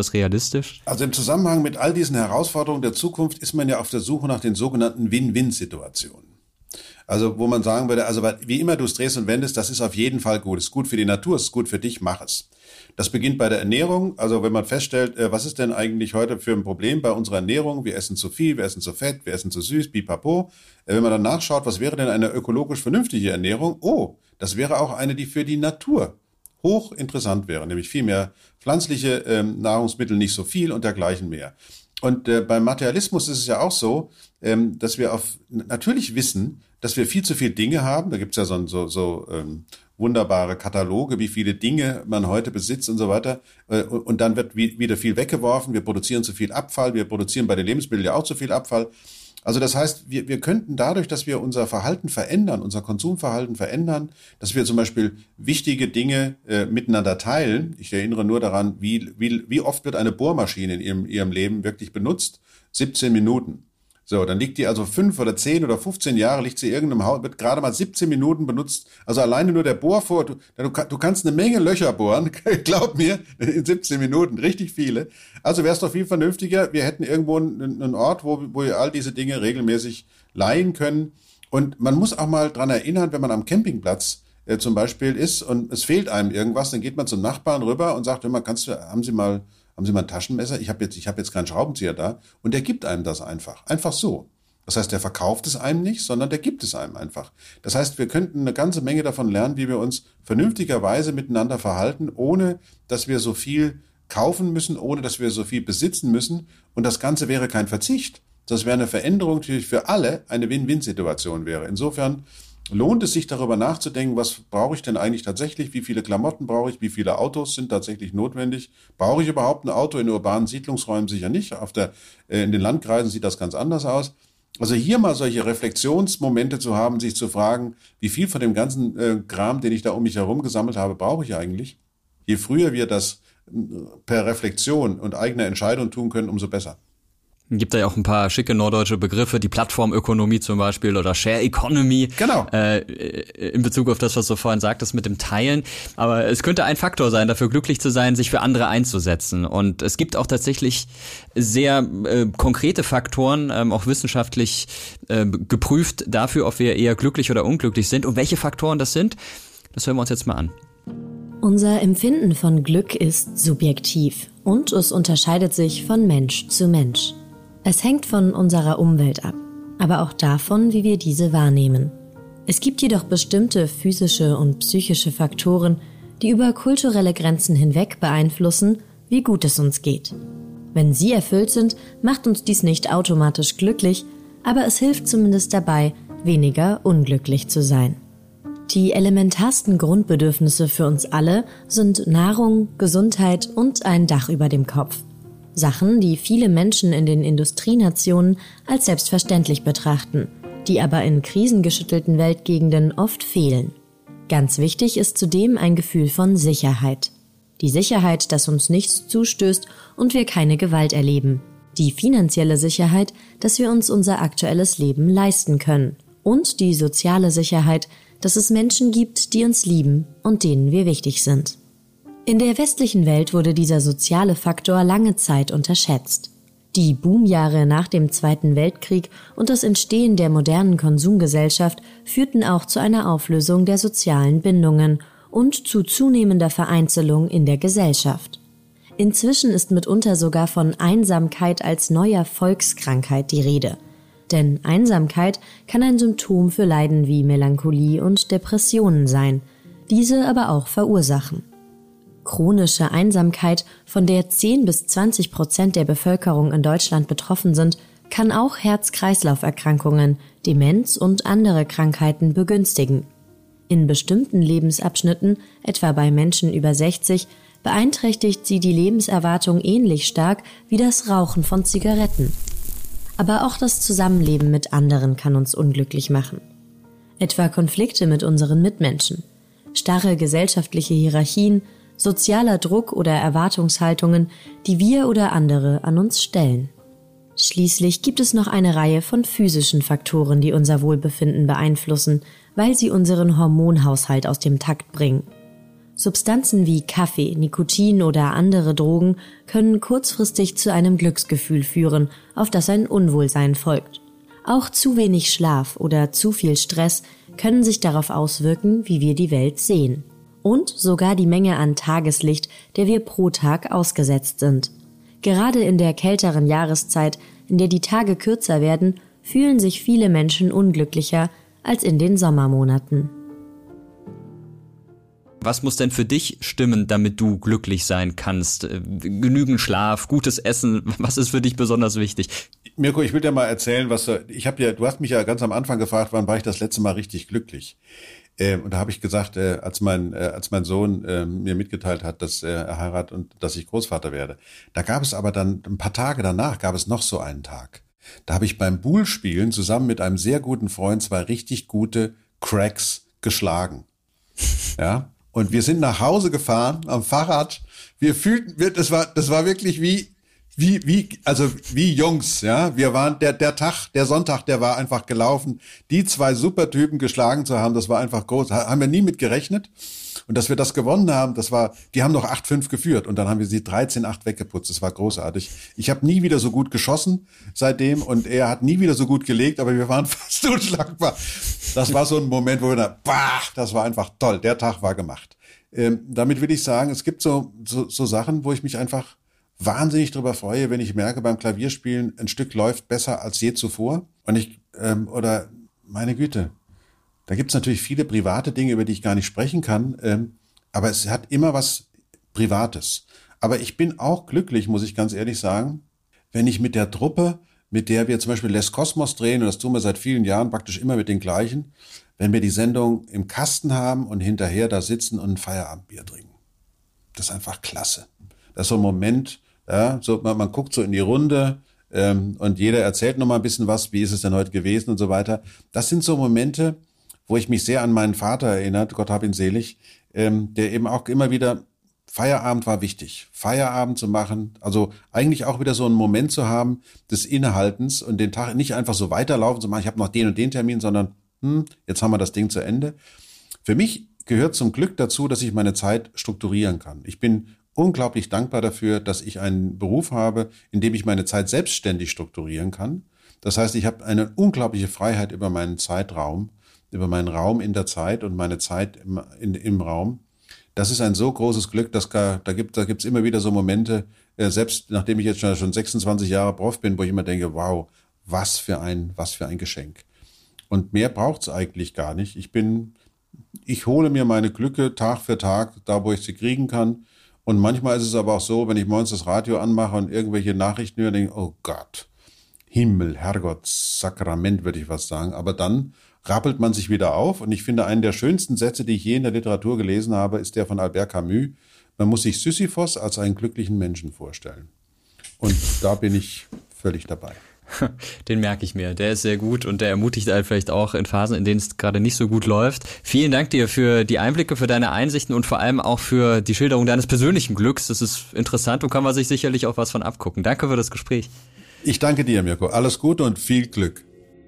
das realistisch? Also im Zusammenhang mit all diesen Herausforderungen der Zukunft ist man ja auf der Suche nach den sogenannten Win-Win-Situationen. Also wo man sagen würde, also wie immer du es drehst und wendest, das ist auf jeden Fall gut. Es ist gut für die Natur, es ist gut für dich, mach es. Das beginnt bei der Ernährung. Also wenn man feststellt, was ist denn eigentlich heute für ein Problem bei unserer Ernährung? Wir essen zu viel, wir essen zu fett, wir essen zu süß, pipapo. Wenn man dann nachschaut, was wäre denn eine ökologisch vernünftige Ernährung? Oh, das wäre auch eine, die für die Natur hochinteressant wäre. Nämlich viel mehr pflanzliche ähm, Nahrungsmittel, nicht so viel und dergleichen mehr. Und äh, beim Materialismus ist es ja auch so, ähm, dass wir auf natürlich wissen, dass wir viel zu viele Dinge haben. Da gibt's ja so, so, so ähm, wunderbare Kataloge, wie viele Dinge man heute besitzt und so weiter. Äh, und, und dann wird wie, wieder viel weggeworfen. Wir produzieren zu viel Abfall. Wir produzieren bei den Lebensmitteln ja auch zu viel Abfall. Also das heißt, wir, wir könnten dadurch, dass wir unser Verhalten verändern, unser Konsumverhalten verändern, dass wir zum Beispiel wichtige Dinge äh, miteinander teilen. Ich erinnere nur daran, wie, wie, wie oft wird eine Bohrmaschine in ihrem, ihrem Leben wirklich benutzt? siebzehn Minuten. So, dann liegt die also fünf oder zehn oder fünfzehn Jahre, liegt sie in irgendeinem Haus, wird gerade mal siebzehn Minuten benutzt. Also alleine nur der Bohrvor, du, du, du kannst eine Menge Löcher bohren, glaub mir, in siebzehn Minuten, richtig viele. Also wäre es doch viel vernünftiger, wir hätten irgendwo einen, einen Ort, wo, wo wir all diese Dinge regelmäßig leihen können. Und man muss auch mal dran erinnern, wenn man am Campingplatz äh, zum Beispiel ist und es fehlt einem irgendwas, dann geht man zum Nachbarn rüber und sagt, hör mal, kannst du, haben Sie mal Haben Sie mal ein Taschenmesser? Ich habe jetzt, ich habe jetzt keinen Schraubenzieher da. Und der gibt einem das einfach. Einfach so. Das heißt, der verkauft es einem nicht, sondern der gibt es einem einfach. Das heißt, wir könnten eine ganze Menge davon lernen, wie wir uns vernünftigerweise miteinander verhalten, ohne dass wir so viel kaufen müssen, ohne dass wir so viel besitzen müssen. Und das Ganze wäre kein Verzicht. Das wäre eine Veränderung, die für alle eine Win-Win-Situation wäre. Insofern lohnt es sich, darüber nachzudenken, was brauche ich denn eigentlich tatsächlich, wie viele Klamotten brauche ich, wie viele Autos sind tatsächlich notwendig, brauche ich überhaupt ein Auto? In urbanen Siedlungsräumen sicher nicht, auf der, äh, in den Landkreisen sieht das ganz anders aus. Also hier mal solche Reflexionsmomente zu haben, sich zu fragen, wie viel von dem ganzen äh, Kram, den ich da um mich herum gesammelt habe, brauche ich eigentlich? Je früher wir das per Reflexion und eigener Entscheidung tun können, umso besser. Gibt da ja auch ein paar schicke norddeutsche Begriffe, die Plattformökonomie zum Beispiel oder Share Economy. Genau. Äh, in Bezug auf das, was du vorhin sagtest mit dem Teilen. Aber es könnte ein Faktor sein, dafür glücklich zu sein, sich für andere einzusetzen. Und es gibt auch tatsächlich sehr äh, konkrete Faktoren, ähm, auch wissenschaftlich äh, geprüft dafür, ob wir eher glücklich oder unglücklich sind. Und welche Faktoren das sind, das hören wir uns jetzt mal an. Unser Empfinden von Glück ist subjektiv und es unterscheidet sich von Mensch zu Mensch. Es hängt von unserer Umwelt ab, aber auch davon, wie wir diese wahrnehmen. Es gibt jedoch bestimmte physische und psychische Faktoren, die über kulturelle Grenzen hinweg beeinflussen, wie gut es uns geht. Wenn sie erfüllt sind, macht uns dies nicht automatisch glücklich, aber es hilft zumindest dabei, weniger unglücklich zu sein. Die elementarsten Grundbedürfnisse für uns alle sind Nahrung, Gesundheit und ein Dach über dem Kopf. Sachen, die viele Menschen in den Industrienationen als selbstverständlich betrachten, die aber in krisengeschüttelten Weltgegenden oft fehlen. Ganz wichtig ist zudem ein Gefühl von Sicherheit. Die Sicherheit, dass uns nichts zustößt und wir keine Gewalt erleben. Die finanzielle Sicherheit, dass wir uns unser aktuelles Leben leisten können. Und die soziale Sicherheit, dass es Menschen gibt, die uns lieben und denen wir wichtig sind. In der westlichen Welt wurde dieser soziale Faktor lange Zeit unterschätzt. Die Boomjahre nach dem Zweiten Weltkrieg und das Entstehen der modernen Konsumgesellschaft führten auch zu einer Auflösung der sozialen Bindungen und zu zunehmender Vereinzelung in der Gesellschaft. Inzwischen ist mitunter sogar von Einsamkeit als neuer Volkskrankheit die Rede. Denn Einsamkeit kann ein Symptom für Leiden wie Melancholie und Depressionen sein, diese aber auch verursachen. Chronische Einsamkeit, von der zehn bis zwanzig Prozent der Bevölkerung in Deutschland betroffen sind, kann auch Herz-Kreislauf-Erkrankungen, Demenz und andere Krankheiten begünstigen. In bestimmten Lebensabschnitten, etwa bei Menschen über sechzig, beeinträchtigt sie die Lebenserwartung ähnlich stark wie das Rauchen von Zigaretten. Aber auch das Zusammenleben mit anderen kann uns unglücklich machen. Etwa Konflikte mit unseren Mitmenschen, starre gesellschaftliche Hierarchien, sozialer Druck oder Erwartungshaltungen, die wir oder andere an uns stellen. Schließlich gibt es noch eine Reihe von physischen Faktoren, die unser Wohlbefinden beeinflussen, weil sie unseren Hormonhaushalt aus dem Takt bringen. Substanzen wie Kaffee, Nikotin oder andere Drogen können kurzfristig zu einem Glücksgefühl führen, auf das ein Unwohlsein folgt. Auch zu wenig Schlaf oder zu viel Stress können sich darauf auswirken, wie wir die Welt sehen. Und sogar die Menge an Tageslicht, der wir pro Tag ausgesetzt sind. Gerade in der kälteren Jahreszeit, in der die Tage kürzer werden, fühlen sich viele Menschen unglücklicher als in den Sommermonaten. Was muss denn für dich stimmen, damit du glücklich sein kannst? Genügend Schlaf, gutes Essen, was ist für dich besonders wichtig? Mirko, ich will dir mal erzählen, was ich habe ja, du hast mich ja ganz am Anfang gefragt, wann war ich das letzte Mal richtig glücklich? Äh, und da habe ich gesagt, äh, als mein äh, als mein Sohn äh, mir mitgeteilt hat, dass äh, er heiratet und dass ich Großvater werde. Da gab es aber dann ein paar Tage danach gab es noch so einen Tag. Da habe ich beim Poolspielen zusammen mit einem sehr guten Freund zwei richtig gute Cracks geschlagen. Ja. Und wir sind nach Hause gefahren am Fahrrad. Wir fühlten, wir, das war, das war wirklich wie, wie, wie, also wie Jungs, ja. Wir waren, der, der Tag, der Sonntag, der war einfach gelaufen. Die zwei Supertypen geschlagen zu haben, das war einfach groß. Haben wir nie mit gerechnet. Und dass wir das gewonnen haben, das war, die haben noch acht fünf geführt und dann haben wir sie dreizehn acht weggeputzt. Das war großartig. Ich habe nie wieder so gut geschossen seitdem und er hat nie wieder so gut gelegt, aber wir waren fast unschlagbar. Das war so ein Moment, wo wir da, bah, das war einfach toll. Der Tag war gemacht. Ähm, damit will ich sagen, es gibt so, so, so Sachen, wo ich mich einfach wahnsinnig drüber freue, wenn ich merke, beim Klavierspielen ein Stück läuft besser als je zuvor. Und ich, ähm, oder meine Güte, da gibt's natürlich viele private Dinge, über die ich gar nicht sprechen kann, ähm, aber es hat immer was Privates. Aber ich bin auch glücklich, muss ich ganz ehrlich sagen, wenn ich mit der Truppe, mit der wir zum Beispiel Les Cosmos drehen, und das tun wir seit vielen Jahren praktisch immer mit den gleichen, wenn wir die Sendung im Kasten haben und hinterher da sitzen und ein Feierabendbier trinken. Das ist einfach klasse. Das ist so ein Moment, ja, so man, man guckt so in die Runde ähm, und jeder erzählt noch mal ein bisschen was, wie ist es denn heute gewesen und so weiter. Das sind so Momente, wo ich mich sehr an meinen Vater erinnert, Gott hab ihn selig, ähm, der eben auch immer wieder, Feierabend war wichtig, Feierabend zu machen, also eigentlich auch wieder so einen Moment zu haben des Innehaltens und den Tag nicht einfach so weiterlaufen zu machen, ich habe noch den und den Termin, sondern hm, jetzt haben wir das Ding zu Ende. Für mich gehört zum Glück dazu, dass ich meine Zeit strukturieren kann. Ich bin unglaublich dankbar dafür, dass ich einen Beruf habe, in dem ich meine Zeit selbstständig strukturieren kann. Das heißt, ich habe eine unglaubliche Freiheit über meinen Zeitraum, über meinen Raum in der Zeit und meine Zeit im, in, im Raum. Das ist ein so großes Glück, dass gar, da gibt da gibt's immer wieder so Momente, äh, selbst nachdem ich jetzt schon, schon sechsundzwanzig Jahre Prof bin, wo ich immer denke, wow, was für ein was für ein Geschenk. Und mehr braucht's eigentlich gar nicht. Ich bin, ich hole mir meine Glücke Tag für Tag, da wo ich sie kriegen kann. Und manchmal ist es aber auch so, wenn ich morgens das Radio anmache und irgendwelche Nachrichten höre, denke ich, oh Gott, Himmel, Herrgott, Sakrament, würde ich was sagen. Aber dann rappelt man sich wieder auf. Und ich finde, einen der schönsten Sätze, die ich je in der Literatur gelesen habe, ist der von Albert Camus. Man muss sich Sisyphos als einen glücklichen Menschen vorstellen. Und da bin ich völlig dabei. Den merke ich mir. Der ist sehr gut und der ermutigt einen vielleicht auch in Phasen, in denen es gerade nicht so gut läuft. Vielen Dank dir für die Einblicke, für deine Einsichten und vor allem auch für die Schilderung deines persönlichen Glücks. Das ist interessant und kann man sich sicherlich auch was von abgucken. Danke für das Gespräch. Ich danke dir, Mirko. Alles Gute und viel Glück.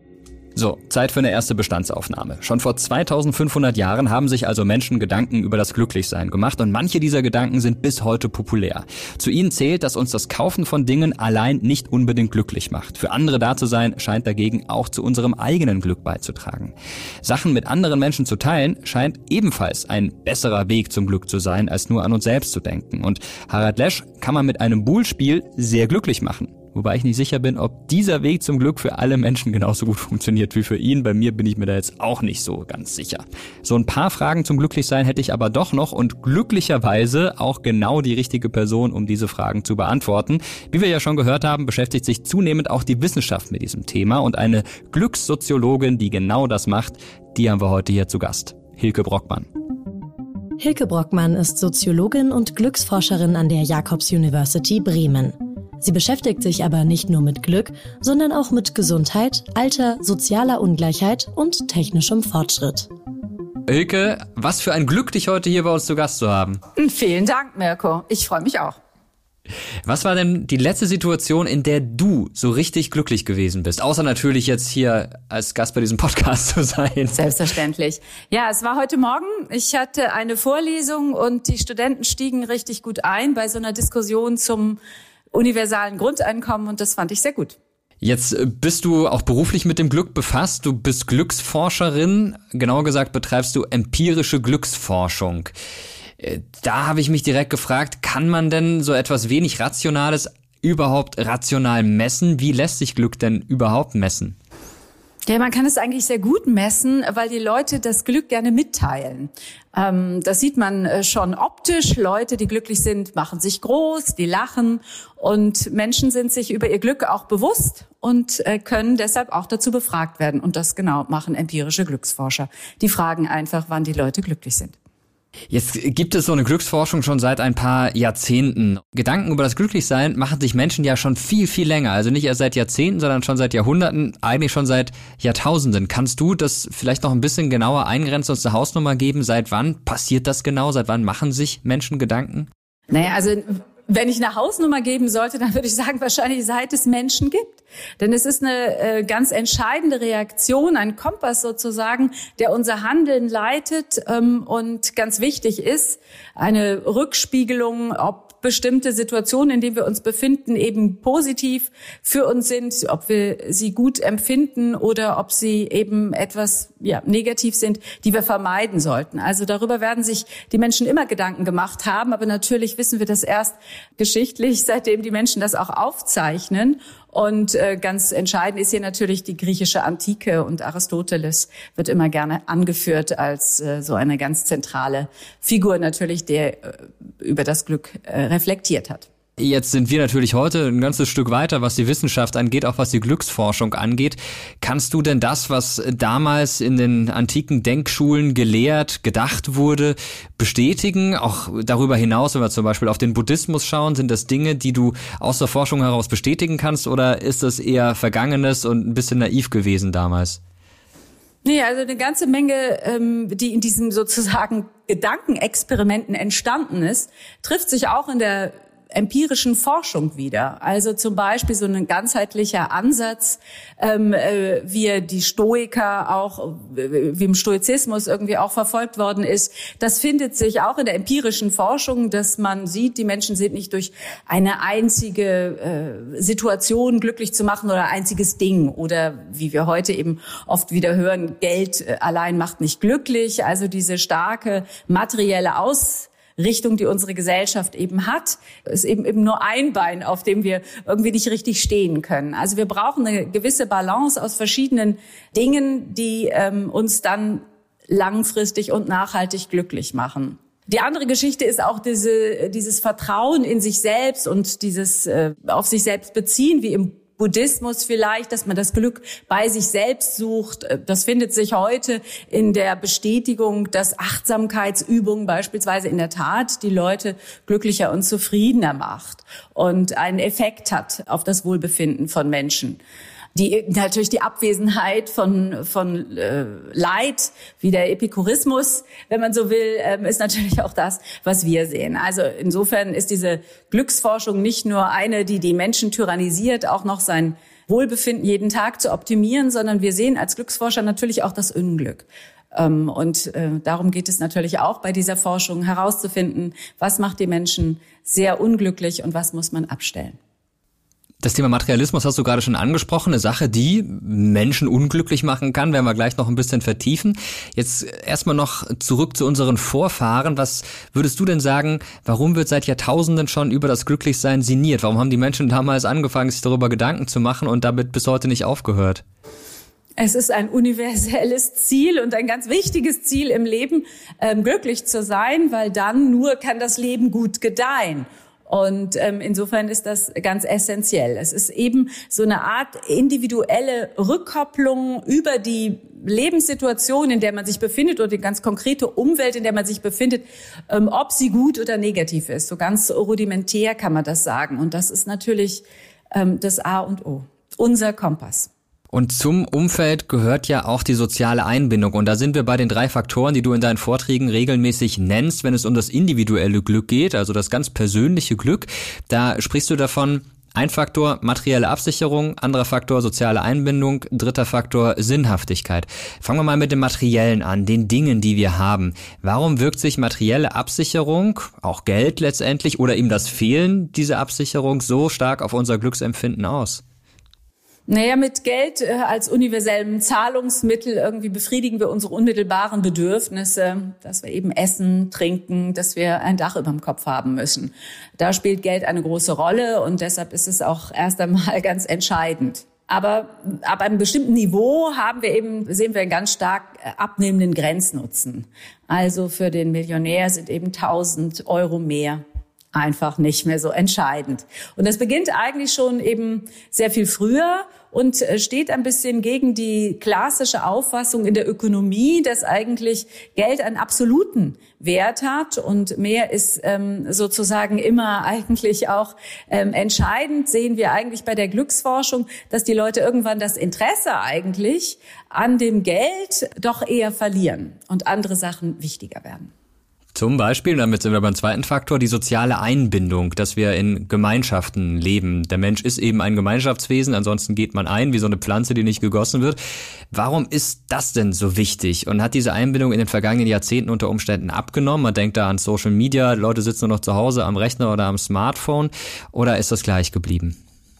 So, Zeit für eine erste Bestandsaufnahme. Schon vor zweitausendfünfhundert Jahren haben sich also Menschen Gedanken über das Glücklichsein gemacht und manche dieser Gedanken sind bis heute populär. Zu ihnen zählt, dass uns das Kaufen von Dingen allein nicht unbedingt glücklich macht. Für andere da zu sein, scheint dagegen auch zu unserem eigenen Glück beizutragen. Sachen mit anderen Menschen zu teilen, scheint ebenfalls ein besserer Weg zum Glück zu sein, als nur an uns selbst zu denken. Und Harald Lesch kann man mit einem Buhlspiel sehr glücklich machen. Wobei ich nicht sicher bin, ob dieser Weg zum Glück für alle Menschen genauso gut funktioniert wie für ihn. Bei mir bin ich mir da jetzt auch nicht so ganz sicher. So ein paar Fragen zum Glücklichsein hätte ich aber doch noch und glücklicherweise auch genau die richtige Person, um diese Fragen zu beantworten. Wie wir ja schon gehört haben, beschäftigt sich zunehmend auch die Wissenschaft mit diesem Thema und eine Glückssoziologin, die genau das macht, die haben wir heute hier zu Gast. Hilke Brockmann. Hilke Brockmann ist Soziologin und Glücksforscherin an der Jacobs University Bremen. Sie beschäftigt sich aber nicht nur mit Glück, sondern auch mit Gesundheit, Alter, sozialer Ungleichheit und technischem Fortschritt. Hilke, was für ein Glück, dich heute hier bei uns zu Gast zu haben. Vielen Dank, Mirko. Ich freue mich auch. Was war denn die letzte Situation, in der du so richtig glücklich gewesen bist? Außer natürlich jetzt hier als Gast bei diesem Podcast zu sein. Selbstverständlich. Ja, es war heute Morgen. Ich hatte eine Vorlesung und die Studenten stiegen richtig gut ein bei so einer Diskussion zum universalen Grundeinkommen und das fand ich sehr gut. Jetzt bist du auch beruflich mit dem Glück befasst. Du bist Glücksforscherin. Genauer gesagt betreibst du empirische Glücksforschung. Da habe ich mich direkt gefragt, kann man denn so etwas wenig Rationales überhaupt rational messen? Wie lässt sich Glück denn überhaupt messen? Ja, man kann es eigentlich sehr gut messen, weil die Leute das Glück gerne mitteilen. Ähm, das sieht man schon optisch. Leute, die glücklich sind, machen sich groß, die lachen und Menschen sind sich über ihr Glück auch bewusst und äh, können deshalb auch dazu befragt werden. Und das genau machen empirische Glücksforscher. Die fragen einfach, wann die Leute glücklich sind. Jetzt gibt es so eine Glücksforschung schon seit ein paar Jahrzehnten. Gedanken über das Glücklichsein machen sich Menschen ja schon viel, viel länger. Also nicht erst seit Jahrzehnten, sondern schon seit Jahrhunderten, eigentlich schon seit Jahrtausenden. Kannst du das vielleicht noch ein bisschen genauer eingrenzen, uns eine Hausnummer geben? Seit wann passiert das genau? Seit wann machen sich Menschen Gedanken? Naja, also wenn ich eine Hausnummer geben sollte, dann würde ich sagen, wahrscheinlich seit es Menschen gibt. Denn es ist eine äh, ganz entscheidende Reaktion, ein Kompass sozusagen, der unser Handeln leitet ähm, und ganz wichtig ist, eine Rückspiegelung, ob bestimmte Situationen, in denen wir uns befinden, eben positiv für uns sind, ob wir sie gut empfinden oder ob sie eben etwas ja, negativ sind, die wir vermeiden sollten. Also darüber werden sich die Menschen immer Gedanken gemacht haben, aber natürlich wissen wir das erst geschichtlich, seitdem die Menschen das auch aufzeichnen. Und äh, ganz entscheidend ist hier natürlich die griechische Antike und Aristoteles wird immer gerne angeführt als äh, so eine ganz zentrale Figur natürlich, der äh, über das Glück äh, reflektiert hat. Jetzt sind wir natürlich heute ein ganzes Stück weiter, was die Wissenschaft angeht, auch was die Glücksforschung angeht. Kannst du denn das, was damals in den antiken Denkschulen gelehrt, gedacht wurde, bestätigen? Auch darüber hinaus, wenn wir zum Beispiel auf den Buddhismus schauen, sind das Dinge, die du aus der Forschung heraus bestätigen kannst, oder ist das eher Vergangenes und ein bisschen naiv gewesen damals? Nee, also eine ganze Menge, ähm, die in diesen sozusagen Gedankenexperimenten entstanden ist, trifft sich auch in der empirischen Forschung wieder. Also zum Beispiel so ein ganzheitlicher Ansatz, ähm, äh, wie die Stoiker auch, äh, wie im Stoizismus irgendwie auch verfolgt worden ist. Das findet sich auch in der empirischen Forschung, dass man sieht, die Menschen sind nicht durch eine einzige äh, Situation glücklich zu machen oder ein einziges Ding oder wie wir heute eben oft wieder hören, Geld allein macht nicht glücklich. Also diese starke materielle Aus Richtung, die unsere Gesellschaft eben hat, ist eben eben nur ein Bein, auf dem wir irgendwie nicht richtig stehen können. Also wir brauchen eine gewisse Balance aus verschiedenen Dingen, die ähm, uns dann langfristig und nachhaltig glücklich machen. Die andere Geschichte ist auch diese, dieses Vertrauen in sich selbst und dieses äh, auf sich selbst beziehen, wie im Buddhismus vielleicht, dass man das Glück bei sich selbst sucht. Das findet sich heute in der Bestätigung, dass Achtsamkeitsübungen beispielsweise in der Tat die Leute glücklicher und zufriedener macht und einen Effekt hat auf das Wohlbefinden von Menschen. Die natürlich die Abwesenheit von von äh, Leid, wie der Epikurismus, wenn man so will, ähm, ist natürlich auch das, was wir sehen. Also insofern ist diese Glücksforschung nicht nur eine, die die Menschen tyrannisiert, auch noch sein Wohlbefinden jeden Tag zu optimieren, sondern wir sehen als Glücksforscher natürlich auch das Unglück. Ähm, und äh, darum geht es natürlich auch bei dieser Forschung herauszufinden, was macht die Menschen sehr unglücklich und was muss man abstellen. Das Thema Materialismus hast du gerade schon angesprochen, eine Sache, die Menschen unglücklich machen kann, werden wir gleich noch ein bisschen vertiefen. Jetzt erstmal noch zurück zu unseren Vorfahren. Was würdest du denn sagen, warum wird seit Jahrtausenden schon über das Glücklichsein sinniert? Warum haben die Menschen damals angefangen, sich darüber Gedanken zu machen und damit bis heute nicht aufgehört? Es ist ein universelles Ziel und ein ganz wichtiges Ziel im Leben, ähm, glücklich zu sein, weil dann nur kann das Leben gut gedeihen. Und ähm, insofern ist das ganz essentiell. Es ist eben so eine Art individuelle Rückkopplung über die Lebenssituation, in der man sich befindet, oder die ganz konkrete Umwelt, in der man sich befindet, ähm, ob sie gut oder negativ ist. So ganz rudimentär kann man das sagen. Und das ist natürlich ähm, das A und O, unser Kompass. Und zum Umfeld gehört ja auch die soziale Einbindung. Und da sind wir bei den drei Faktoren, die du in deinen Vorträgen regelmäßig nennst, wenn es um das individuelle Glück geht, also das ganz persönliche Glück. Da sprichst du davon, ein Faktor materielle Absicherung, anderer Faktor soziale Einbindung, dritter Faktor Sinnhaftigkeit. Fangen wir mal mit dem Materiellen an, den Dingen, die wir haben. Warum wirkt sich materielle Absicherung, auch Geld letztendlich, oder eben das Fehlen dieser Absicherung so stark auf unser Glücksempfinden aus? Naja, mit Geld äh, als universellem Zahlungsmittel irgendwie befriedigen wir unsere unmittelbaren Bedürfnisse, dass wir eben essen, trinken, dass wir ein Dach über dem Kopf haben müssen. Da spielt Geld eine große Rolle und deshalb ist es auch erst einmal ganz entscheidend. Aber ab einem bestimmten Niveau haben wir eben, sehen wir einen ganz stark abnehmenden Grenznutzen. Also für den Millionär sind eben tausend Euro mehr einfach nicht mehr so entscheidend. Und das beginnt eigentlich schon eben sehr viel früher und steht ein bisschen gegen die klassische Auffassung in der Ökonomie, dass eigentlich Geld einen absoluten Wert hat und mehr ist ähm, sozusagen immer eigentlich auch ähm, entscheidend. Sehen wir eigentlich bei der Glücksforschung, dass die Leute irgendwann das Interesse eigentlich an dem Geld doch eher verlieren und andere Sachen wichtiger werden. Zum Beispiel, damit sind wir beim zweiten Faktor, die soziale Einbindung, dass wir in Gemeinschaften leben. Der Mensch ist eben ein Gemeinschaftswesen, ansonsten geht man ein wie so eine Pflanze, die nicht gegossen wird. Warum ist das denn so wichtig? Und hat diese Einbindung in den vergangenen Jahrzehnten unter Umständen abgenommen? Man denkt da an Social Media, Leute sitzen nur noch zu Hause am Rechner oder am Smartphone, oder ist das gleich geblieben?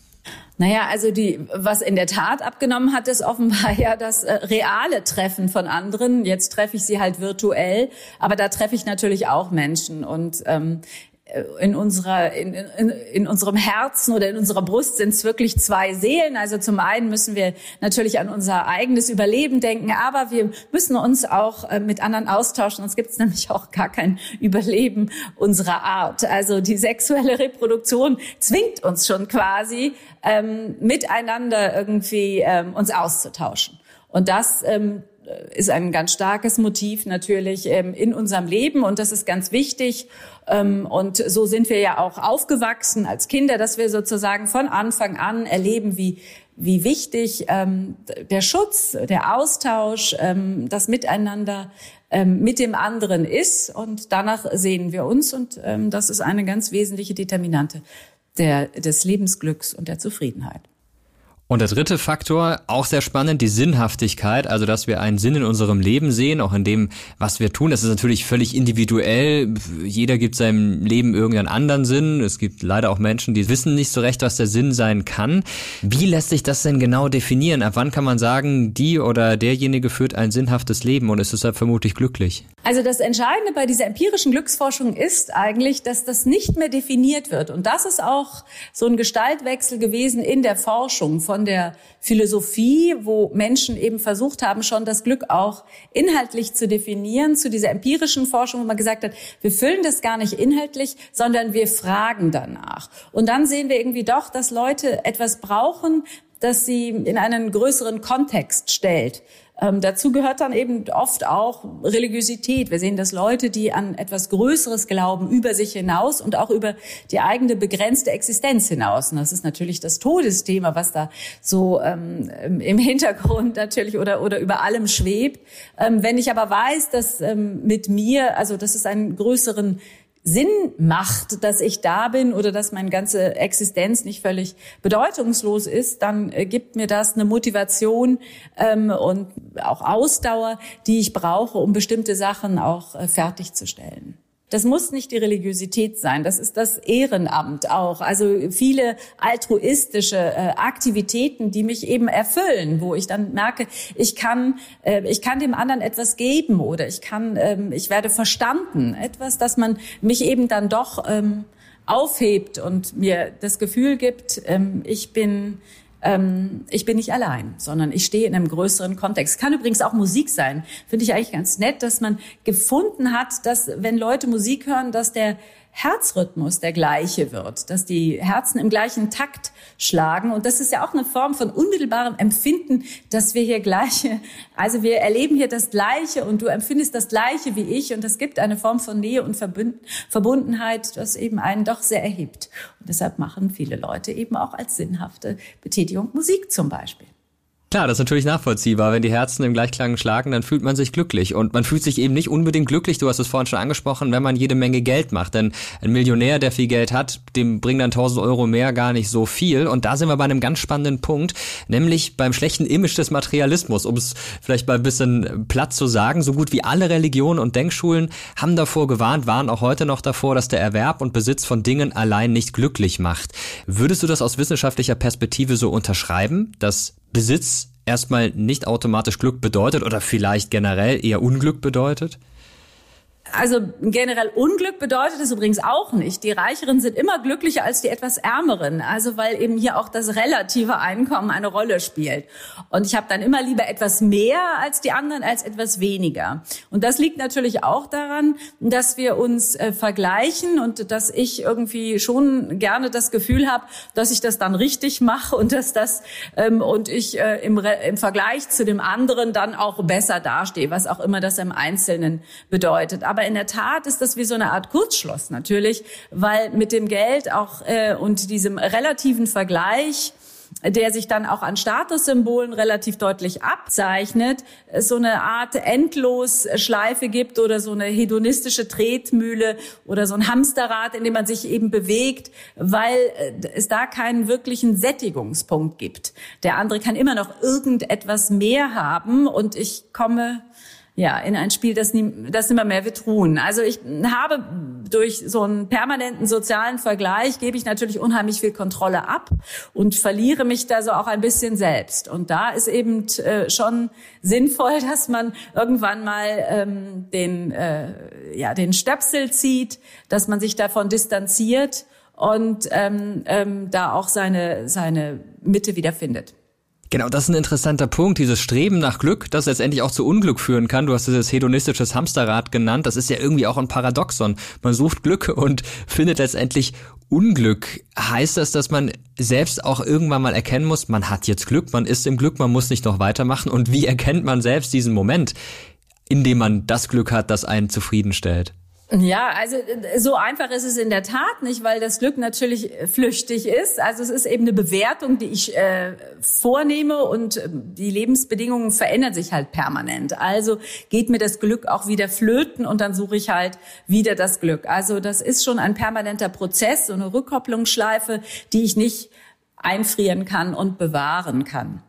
Naja, also die, was in der Tat abgenommen hat, ist offenbar ja das äh, reale Treffen von anderen. Jetzt treffe ich sie halt virtuell, aber da treffe ich natürlich auch Menschen und ähm, in unserer, in, in, in unserem Herzen oder in unserer Brust sind es wirklich zwei Seelen. Also zum einen müssen wir natürlich an unser eigenes Überleben denken, aber wir müssen uns auch äh, mit anderen austauschen, sonst gibt es nämlich auch gar kein Überleben unserer Art. Also die sexuelle Reproduktion zwingt uns schon quasi, ähm, miteinander irgendwie ähm, uns auszutauschen. Und das ähm, ist ein ganz starkes Motiv natürlich ähm, in unserem Leben und das ist ganz wichtig. Ähm, und so sind wir ja auch aufgewachsen als Kinder, dass wir sozusagen von Anfang an erleben, wie wie wichtig ähm, der Schutz, der Austausch, ähm, das Miteinander ähm, mit dem anderen ist. Und danach sehen wir uns und ähm, das ist eine ganz wesentliche Determinante der, des Lebensglücks und der Zufriedenheit. Und der dritte Faktor, auch sehr spannend, die Sinnhaftigkeit, also dass wir einen Sinn in unserem Leben sehen, auch in dem, was wir tun. Das ist natürlich völlig individuell. Jeder gibt seinem Leben irgendeinen anderen Sinn. Es gibt leider auch Menschen, die wissen nicht so recht, was der Sinn sein kann. Wie lässt sich das denn genau definieren? Ab wann kann man sagen, die oder derjenige führt ein sinnhaftes Leben und ist deshalb vermutlich glücklich? Also das Entscheidende bei dieser empirischen Glücksforschung ist eigentlich, dass das nicht mehr definiert wird. Und das ist auch so ein Gestaltwechsel gewesen in der Forschung von der Philosophie, wo Menschen eben versucht haben, schon das Glück auch inhaltlich zu definieren, zu dieser empirischen Forschung, wo man gesagt hat, wir füllen das gar nicht inhaltlich, sondern wir fragen danach. Und dann sehen wir irgendwie doch, dass Leute etwas brauchen, das sie in einen größeren Kontext stellt. Ähm, dazu gehört dann eben oft auch Religiosität. Wir sehen, dass Leute, die an etwas Größeres glauben, über sich hinaus und auch über die eigene begrenzte Existenz hinaus. Und das ist natürlich das Todesthema, was da so ähm, im Hintergrund natürlich oder oder über allem schwebt. Ähm, wenn ich aber weiß, dass ähm, mit mir, also dass es einen größeren Sinn macht, dass ich da bin oder dass meine ganze Existenz nicht völlig bedeutungslos ist, dann äh, gibt mir das eine Motivation ähm, und auch Ausdauer, die ich brauche, um bestimmte Sachen auch äh, fertigzustellen. Das muss nicht die Religiosität sein, das ist das Ehrenamt auch. Also viele altruistische äh, Aktivitäten, die mich eben erfüllen, wo ich dann merke, ich kann, äh, ich kann dem anderen etwas geben oder ich kann, ähm, ich werde verstanden. Etwas, dass man mich eben dann doch ähm, aufhebt und mir das Gefühl gibt, ähm, ich bin Ähm, ich bin nicht allein, sondern ich stehe in einem größeren Kontext. Kann übrigens auch Musik sein. Finde ich eigentlich ganz nett, dass man gefunden hat, dass wenn Leute Musik hören, dass der Herzrhythmus der gleiche wird, dass die Herzen im gleichen Takt schlagen. Und das ist ja auch eine Form von unmittelbarem Empfinden, dass wir hier gleiche, also wir erleben hier das Gleiche und du empfindest das Gleiche wie ich. Und das gibt eine Form von Nähe und Verbundenheit, das eben einen doch sehr erhebt. Und deshalb machen viele Leute eben auch als sinnhafte Betätigung Musik zum Beispiel. Klar, das ist natürlich nachvollziehbar. Wenn die Herzen im Gleichklang schlagen, dann fühlt man sich glücklich. Und man fühlt sich eben nicht unbedingt glücklich, du hast es vorhin schon angesprochen, wenn man jede Menge Geld macht. Denn ein Millionär, der viel Geld hat, dem bringen dann tausend Euro mehr gar nicht so viel. Und da sind wir bei einem ganz spannenden Punkt, nämlich beim schlechten Image des Materialismus. Um es vielleicht mal ein bisschen platt zu sagen, so gut wie alle Religionen und Denkschulen haben davor gewarnt, waren auch heute noch davor, dass der Erwerb und Besitz von Dingen allein nicht glücklich macht. Würdest du das aus wissenschaftlicher Perspektive so unterschreiben, dass Besitz erstmal nicht automatisch Glück bedeutet oder vielleicht generell eher Unglück bedeutet? Also generell Unglück bedeutet es übrigens auch nicht. Die Reicheren sind immer glücklicher als die etwas Ärmeren. Also weil eben hier auch das relative Einkommen eine Rolle spielt. Und ich habe dann immer lieber etwas mehr als die anderen als etwas weniger. Und das liegt natürlich auch daran, dass wir uns äh, vergleichen und dass ich irgendwie schon gerne das Gefühl habe, dass ich das dann richtig mache und dass das ähm, und ich äh, im, Re- im Vergleich zu dem anderen dann auch besser dastehe, was auch immer das im Einzelnen bedeutet. Aber in der Tat ist das wie so eine Art Kurzschluss natürlich, weil mit dem Geld auch äh, und diesem relativen Vergleich, der sich dann auch an Statussymbolen relativ deutlich abzeichnet, so eine Art Endlosschleife gibt oder so eine hedonistische Tretmühle oder so ein Hamsterrad, in dem man sich eben bewegt, weil es da keinen wirklichen Sättigungspunkt gibt. Der andere kann immer noch irgendetwas mehr haben und ich komme ja, in ein Spiel, das, nie, das nimmer mehr wird ruhen. Also ich habe durch so einen permanenten sozialen Vergleich, gebe ich natürlich unheimlich viel Kontrolle ab und verliere mich da so auch ein bisschen selbst. Und da ist eben äh, schon sinnvoll, dass man irgendwann mal ähm, den, äh, ja, den Stöpsel zieht, dass man sich davon distanziert und ähm, ähm, da auch seine, seine Mitte wiederfindet. Genau, das ist ein interessanter Punkt, dieses Streben nach Glück, das letztendlich auch zu Unglück führen kann. Du hast dieses hedonistisches Hamsterrad genannt, das ist ja irgendwie auch ein Paradoxon. Man sucht Glück und findet letztendlich Unglück. Heißt das, dass man selbst auch irgendwann mal erkennen muss, man hat jetzt Glück, man ist im Glück, man muss nicht noch weitermachen? Und wie erkennt man selbst diesen Moment, in dem man das Glück hat, das einen zufriedenstellt? Ja, also so einfach ist es in der Tat nicht, weil das Glück natürlich flüchtig ist. Also es ist eben eine Bewertung, die ich äh, vornehme und die Lebensbedingungen verändern sich halt permanent. Also geht mir das Glück auch wieder flöten und dann suche ich halt wieder das Glück. Also das ist schon ein permanenter Prozess, so eine Rückkopplungsschleife, die ich nicht einfrieren kann und bewahren kann.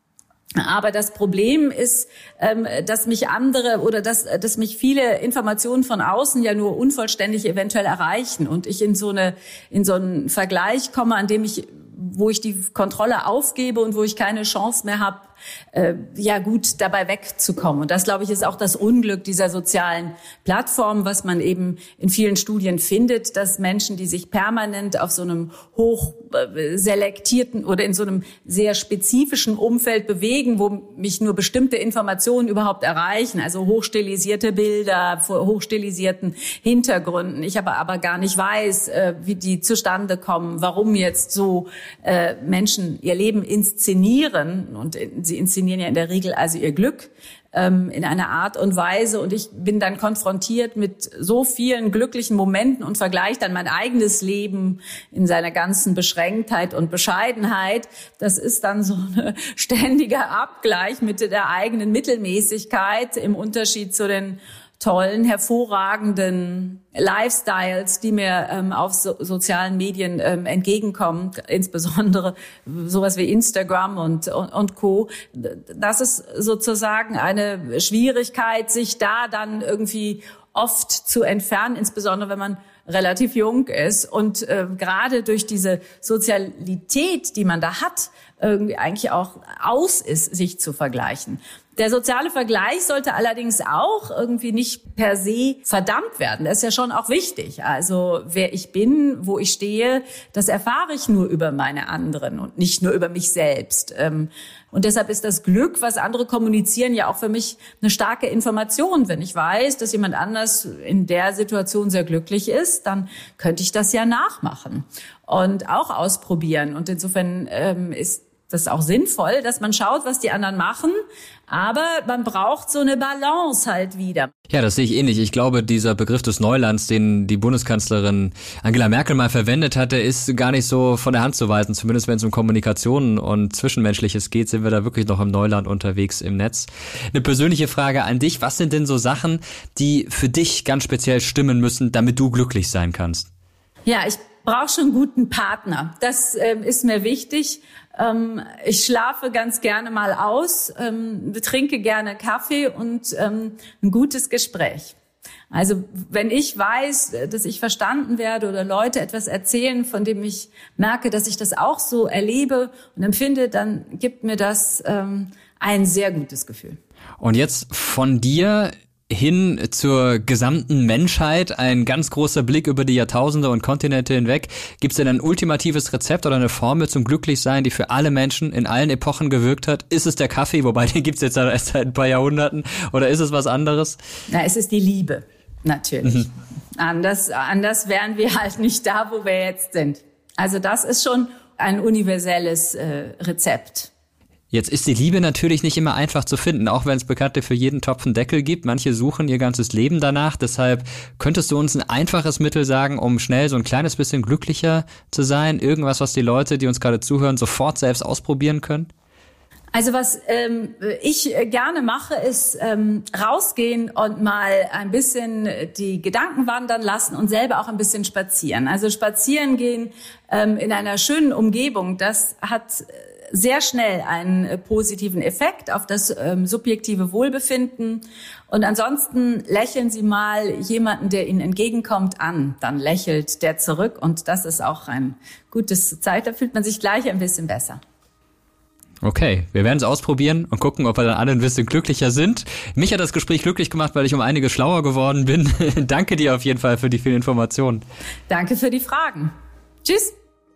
Aber das Problem ist, dass mich andere oder dass, dass mich viele Informationen von außen ja nur unvollständig eventuell erreichen und ich in so eine, in so einen Vergleich komme, an dem ich, wo ich die Kontrolle aufgebe und wo ich keine Chance mehr habe, äh, ja gut dabei wegzukommen. Und das, glaube ich, ist auch das Unglück dieser sozialen Plattformen, was man eben in vielen Studien findet, dass Menschen, die sich permanent auf so einem hoch äh, selektierten oder in so einem sehr spezifischen Umfeld bewegen, wo mich nur bestimmte Informationen überhaupt erreichen, also hochstilisierte Bilder vor hochstilisierten Hintergründen. Ich aber aber gar nicht weiß, äh, wie die zustande kommen, warum jetzt so äh, Menschen ihr Leben inszenieren und sie inszenieren ja in der Regel also ihr Glück ähm, in einer Art und Weise und ich bin dann konfrontiert mit so vielen glücklichen Momenten und vergleiche dann mein eigenes Leben in seiner ganzen Beschränktheit und Bescheidenheit. Das ist dann so ein ständiger Abgleich mit der eigenen Mittelmäßigkeit im Unterschied zu den tollen, hervorragenden Lifestyles, die mir ähm, auf so, sozialen Medien ähm, entgegenkommen, insbesondere sowas wie Instagram und, und, und Co. Das ist sozusagen eine Schwierigkeit, sich da dann irgendwie oft zu entfernen, insbesondere wenn man relativ jung ist und äh, gerade durch diese Sozialität, die man da hat, irgendwie eigentlich auch aus ist, sich zu vergleichen. Der soziale Vergleich sollte allerdings auch irgendwie nicht per se verdammt werden. Das ist ja schon auch wichtig. Also wer ich bin, wo ich stehe, das erfahre ich nur über meine anderen und nicht nur über mich selbst. Und deshalb ist das Glück, was andere kommunizieren, ja auch für mich eine starke Information. Wenn ich weiß, dass jemand anders in der Situation sehr glücklich ist, dann könnte ich das ja nachmachen und auch ausprobieren. Und insofern ist das ist auch sinnvoll, dass man schaut, was die anderen machen. Aber man braucht so eine Balance halt wieder. Ja, das sehe ich ähnlich. Ich glaube, dieser Begriff des Neulands, den die Bundeskanzlerin Angela Merkel mal verwendet hatte, ist gar nicht so von der Hand zu weisen. Zumindest wenn es um Kommunikation und Zwischenmenschliches geht, sind wir da wirklich noch im Neuland unterwegs im Netz. Eine persönliche Frage an dich. Was sind denn so Sachen, die für dich ganz speziell stimmen müssen, damit du glücklich sein kannst? Ja, ich brauche schon einen guten Partner. Das ähm, ist mir wichtig. Ähm, ich schlafe ganz gerne mal aus, ähm, trinke gerne Kaffee und ähm, ein gutes Gespräch. Also wenn ich weiß, dass ich verstanden werde oder Leute etwas erzählen, von dem ich merke, dass ich das auch so erlebe und empfinde, dann gibt mir das ähm, ein sehr gutes Gefühl. Und jetzt von dir hin zur gesamten Menschheit, ein ganz großer Blick über die Jahrtausende und Kontinente hinweg. Gibt es denn ein ultimatives Rezept oder eine Formel zum Glücklichsein, die für alle Menschen in allen Epochen gewirkt hat? Ist es der Kaffee, wobei den gibt es jetzt erst seit ein paar Jahrhunderten, oder ist es was anderes? Na, es ist die Liebe, natürlich. Mhm. Anders, anders wären wir halt nicht da, wo wir jetzt sind. Also das ist schon ein universelles äh, Rezept. Jetzt ist die Liebe natürlich nicht immer einfach zu finden, auch wenn es Bekannte für jeden Topf einen Deckel gibt. Manche suchen ihr ganzes Leben danach. Deshalb könntest du uns ein einfaches Mittel sagen, um schnell so ein kleines bisschen glücklicher zu sein? Irgendwas, was die Leute, die uns gerade zuhören, sofort selbst ausprobieren können? Also was ähm, ich gerne mache, ist ähm, rausgehen und mal ein bisschen die Gedanken wandern lassen und selber auch ein bisschen spazieren. Also spazieren gehen ähm, in einer schönen Umgebung, das hat sehr schnell einen positiven Effekt auf das ähm, subjektive Wohlbefinden. Und ansonsten lächeln Sie mal jemanden, der Ihnen entgegenkommt, an. Dann lächelt der zurück und das ist auch ein gutes Zeichen. Da fühlt man sich gleich ein bisschen besser. Okay, wir werden es ausprobieren und gucken, ob wir dann alle ein bisschen glücklicher sind. Mich hat das Gespräch glücklich gemacht, weil ich um einiges schlauer geworden bin. Danke dir auf jeden Fall für die vielen Informationen. Danke für die Fragen. Tschüss.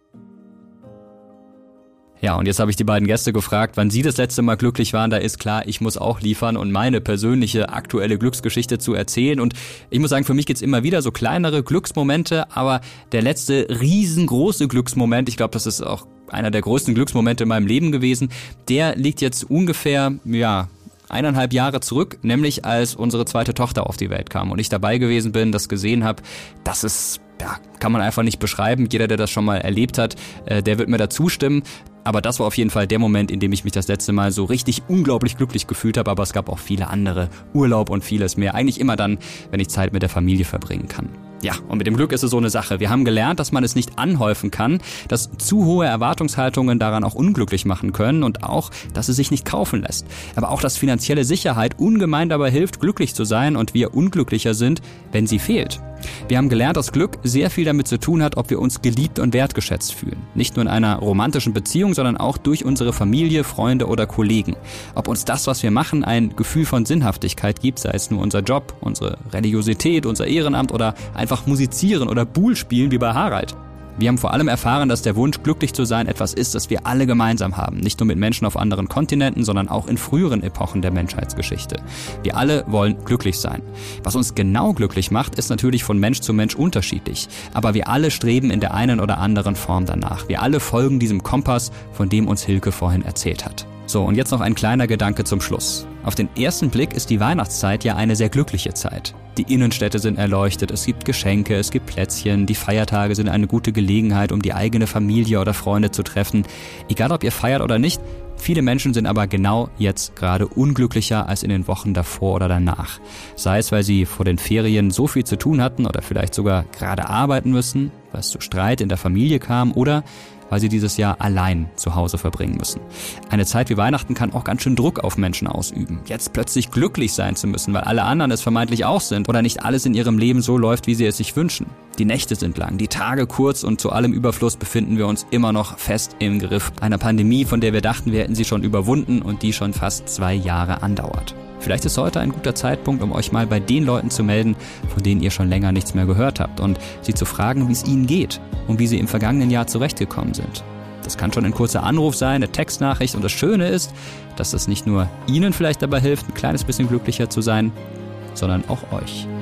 Ja, und jetzt habe ich die beiden Gäste gefragt, wann sie das letzte Mal glücklich waren. Da ist klar, ich muss auch liefern und meine persönliche aktuelle Glücksgeschichte zu erzählen. Und ich muss sagen, für mich gibt's immer wieder so kleinere Glücksmomente, aber der letzte riesengroße Glücksmoment, ich glaube, das ist auch einer der größten Glücksmomente in meinem Leben gewesen, der liegt jetzt ungefähr, ja, eineinhalb Jahre zurück, nämlich als unsere zweite Tochter auf die Welt kam und ich dabei gewesen bin, das gesehen habe. Das ist, ja, kann man einfach nicht beschreiben. Jeder, der das schon mal erlebt hat, äh, der wird mir dazu stimmen. Aber das war auf jeden Fall der Moment, in dem ich mich das letzte Mal so richtig unglaublich glücklich gefühlt habe. Aber es gab auch viele andere, Urlaub und vieles mehr. Eigentlich immer dann, wenn ich Zeit mit der Familie verbringen kann. Ja, und mit dem Glück ist es so eine Sache. Wir haben gelernt, dass man es nicht anhäufen kann, dass zu hohe Erwartungshaltungen daran auch unglücklich machen können und auch, dass es sich nicht kaufen lässt. Aber auch, dass finanzielle Sicherheit ungemein dabei hilft, glücklich zu sein und wir unglücklicher sind, wenn sie fehlt. Wir haben gelernt, dass Glück sehr viel damit zu tun hat, ob wir uns geliebt und wertgeschätzt fühlen. Nicht nur in einer romantischen Beziehung, sondern auch durch unsere Familie, Freunde oder Kollegen. Ob uns das, was wir machen, ein Gefühl von Sinnhaftigkeit gibt, sei es nur unser Job, unsere Religiosität, unser Ehrenamt oder einfach musizieren oder Buhl spielen wie bei Harald. Wir haben vor allem erfahren, dass der Wunsch, glücklich zu sein, etwas ist, das wir alle gemeinsam haben. Nicht nur mit Menschen auf anderen Kontinenten, sondern auch in früheren Epochen der Menschheitsgeschichte. Wir alle wollen glücklich sein. Was uns genau glücklich macht, ist natürlich von Mensch zu Mensch unterschiedlich. Aber wir alle streben in der einen oder anderen Form danach. Wir alle folgen diesem Kompass, von dem uns Hilke vorhin erzählt hat. So, und jetzt noch ein kleiner Gedanke zum Schluss. Auf den ersten Blick ist die Weihnachtszeit ja eine sehr glückliche Zeit. Die Innenstädte sind erleuchtet, es gibt Geschenke, es gibt Plätzchen, die Feiertage sind eine gute Gelegenheit, um die eigene Familie oder Freunde zu treffen. Egal ob ihr feiert oder nicht, viele Menschen sind aber genau jetzt gerade unglücklicher als in den Wochen davor oder danach. Sei es, weil sie vor den Ferien so viel zu tun hatten oder vielleicht sogar gerade arbeiten müssen, weil es zu Streit in der Familie kam oder weil sie dieses Jahr allein zu Hause verbringen müssen. Eine Zeit wie Weihnachten kann auch ganz schön Druck auf Menschen ausüben. Jetzt plötzlich glücklich sein zu müssen, weil alle anderen es vermeintlich auch sind oder nicht alles in ihrem Leben so läuft, wie sie es sich wünschen. Die Nächte sind lang, die Tage kurz und zu allem Überfluss befinden wir uns immer noch fest im Griff einer Pandemie, von der wir dachten, wir hätten sie schon überwunden und die schon fast zwei Jahre andauert. Vielleicht ist heute ein guter Zeitpunkt, um euch mal bei den Leuten zu melden, von denen ihr schon länger nichts mehr gehört habt und sie zu fragen, wie es ihnen geht und wie sie im vergangenen Jahr zurechtgekommen sind. Das kann schon ein kurzer Anruf sein, eine Textnachricht und das Schöne ist, dass das nicht nur ihnen vielleicht dabei hilft, ein kleines bisschen glücklicher zu sein, sondern auch euch.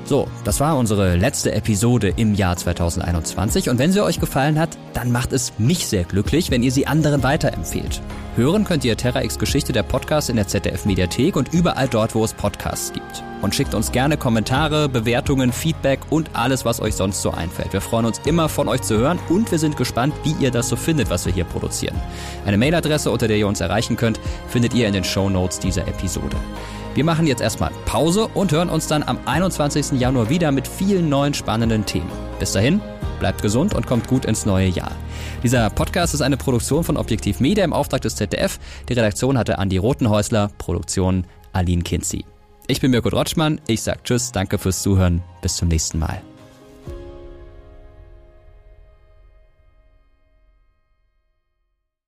So, das war unsere letzte Episode im Jahr zweitausendeinundzwanzig und wenn sie euch gefallen hat, dann macht es mich sehr glücklich, wenn ihr sie anderen weiterempfehlt. Hören könnt ihr Terra X Geschichte, der Podcast, in der Z D F-Mediathek und überall dort, wo es Podcasts gibt. Und schickt uns gerne Kommentare, Bewertungen, Feedback und alles, was euch sonst so einfällt. Wir freuen uns immer, von euch zu hören und wir sind gespannt, wie ihr das so findet, was wir hier produzieren. Eine Mailadresse, unter der ihr uns erreichen könnt, findet ihr in den Shownotes dieser Episode. Wir machen jetzt erstmal Pause und hören uns dann am einundzwanzigsten Januar wieder mit vielen neuen spannenden Themen. Bis dahin, bleibt gesund und kommt gut ins neue Jahr. Dieser Podcast ist eine Produktion von Objektiv Media im Auftrag des Z D F. Die Redaktion hatte Andi Rotenhäusler, Produktion Aline Kinzi. Ich bin Mirko Drotschmann, ich sag Tschüss, danke fürs Zuhören, bis zum nächsten Mal.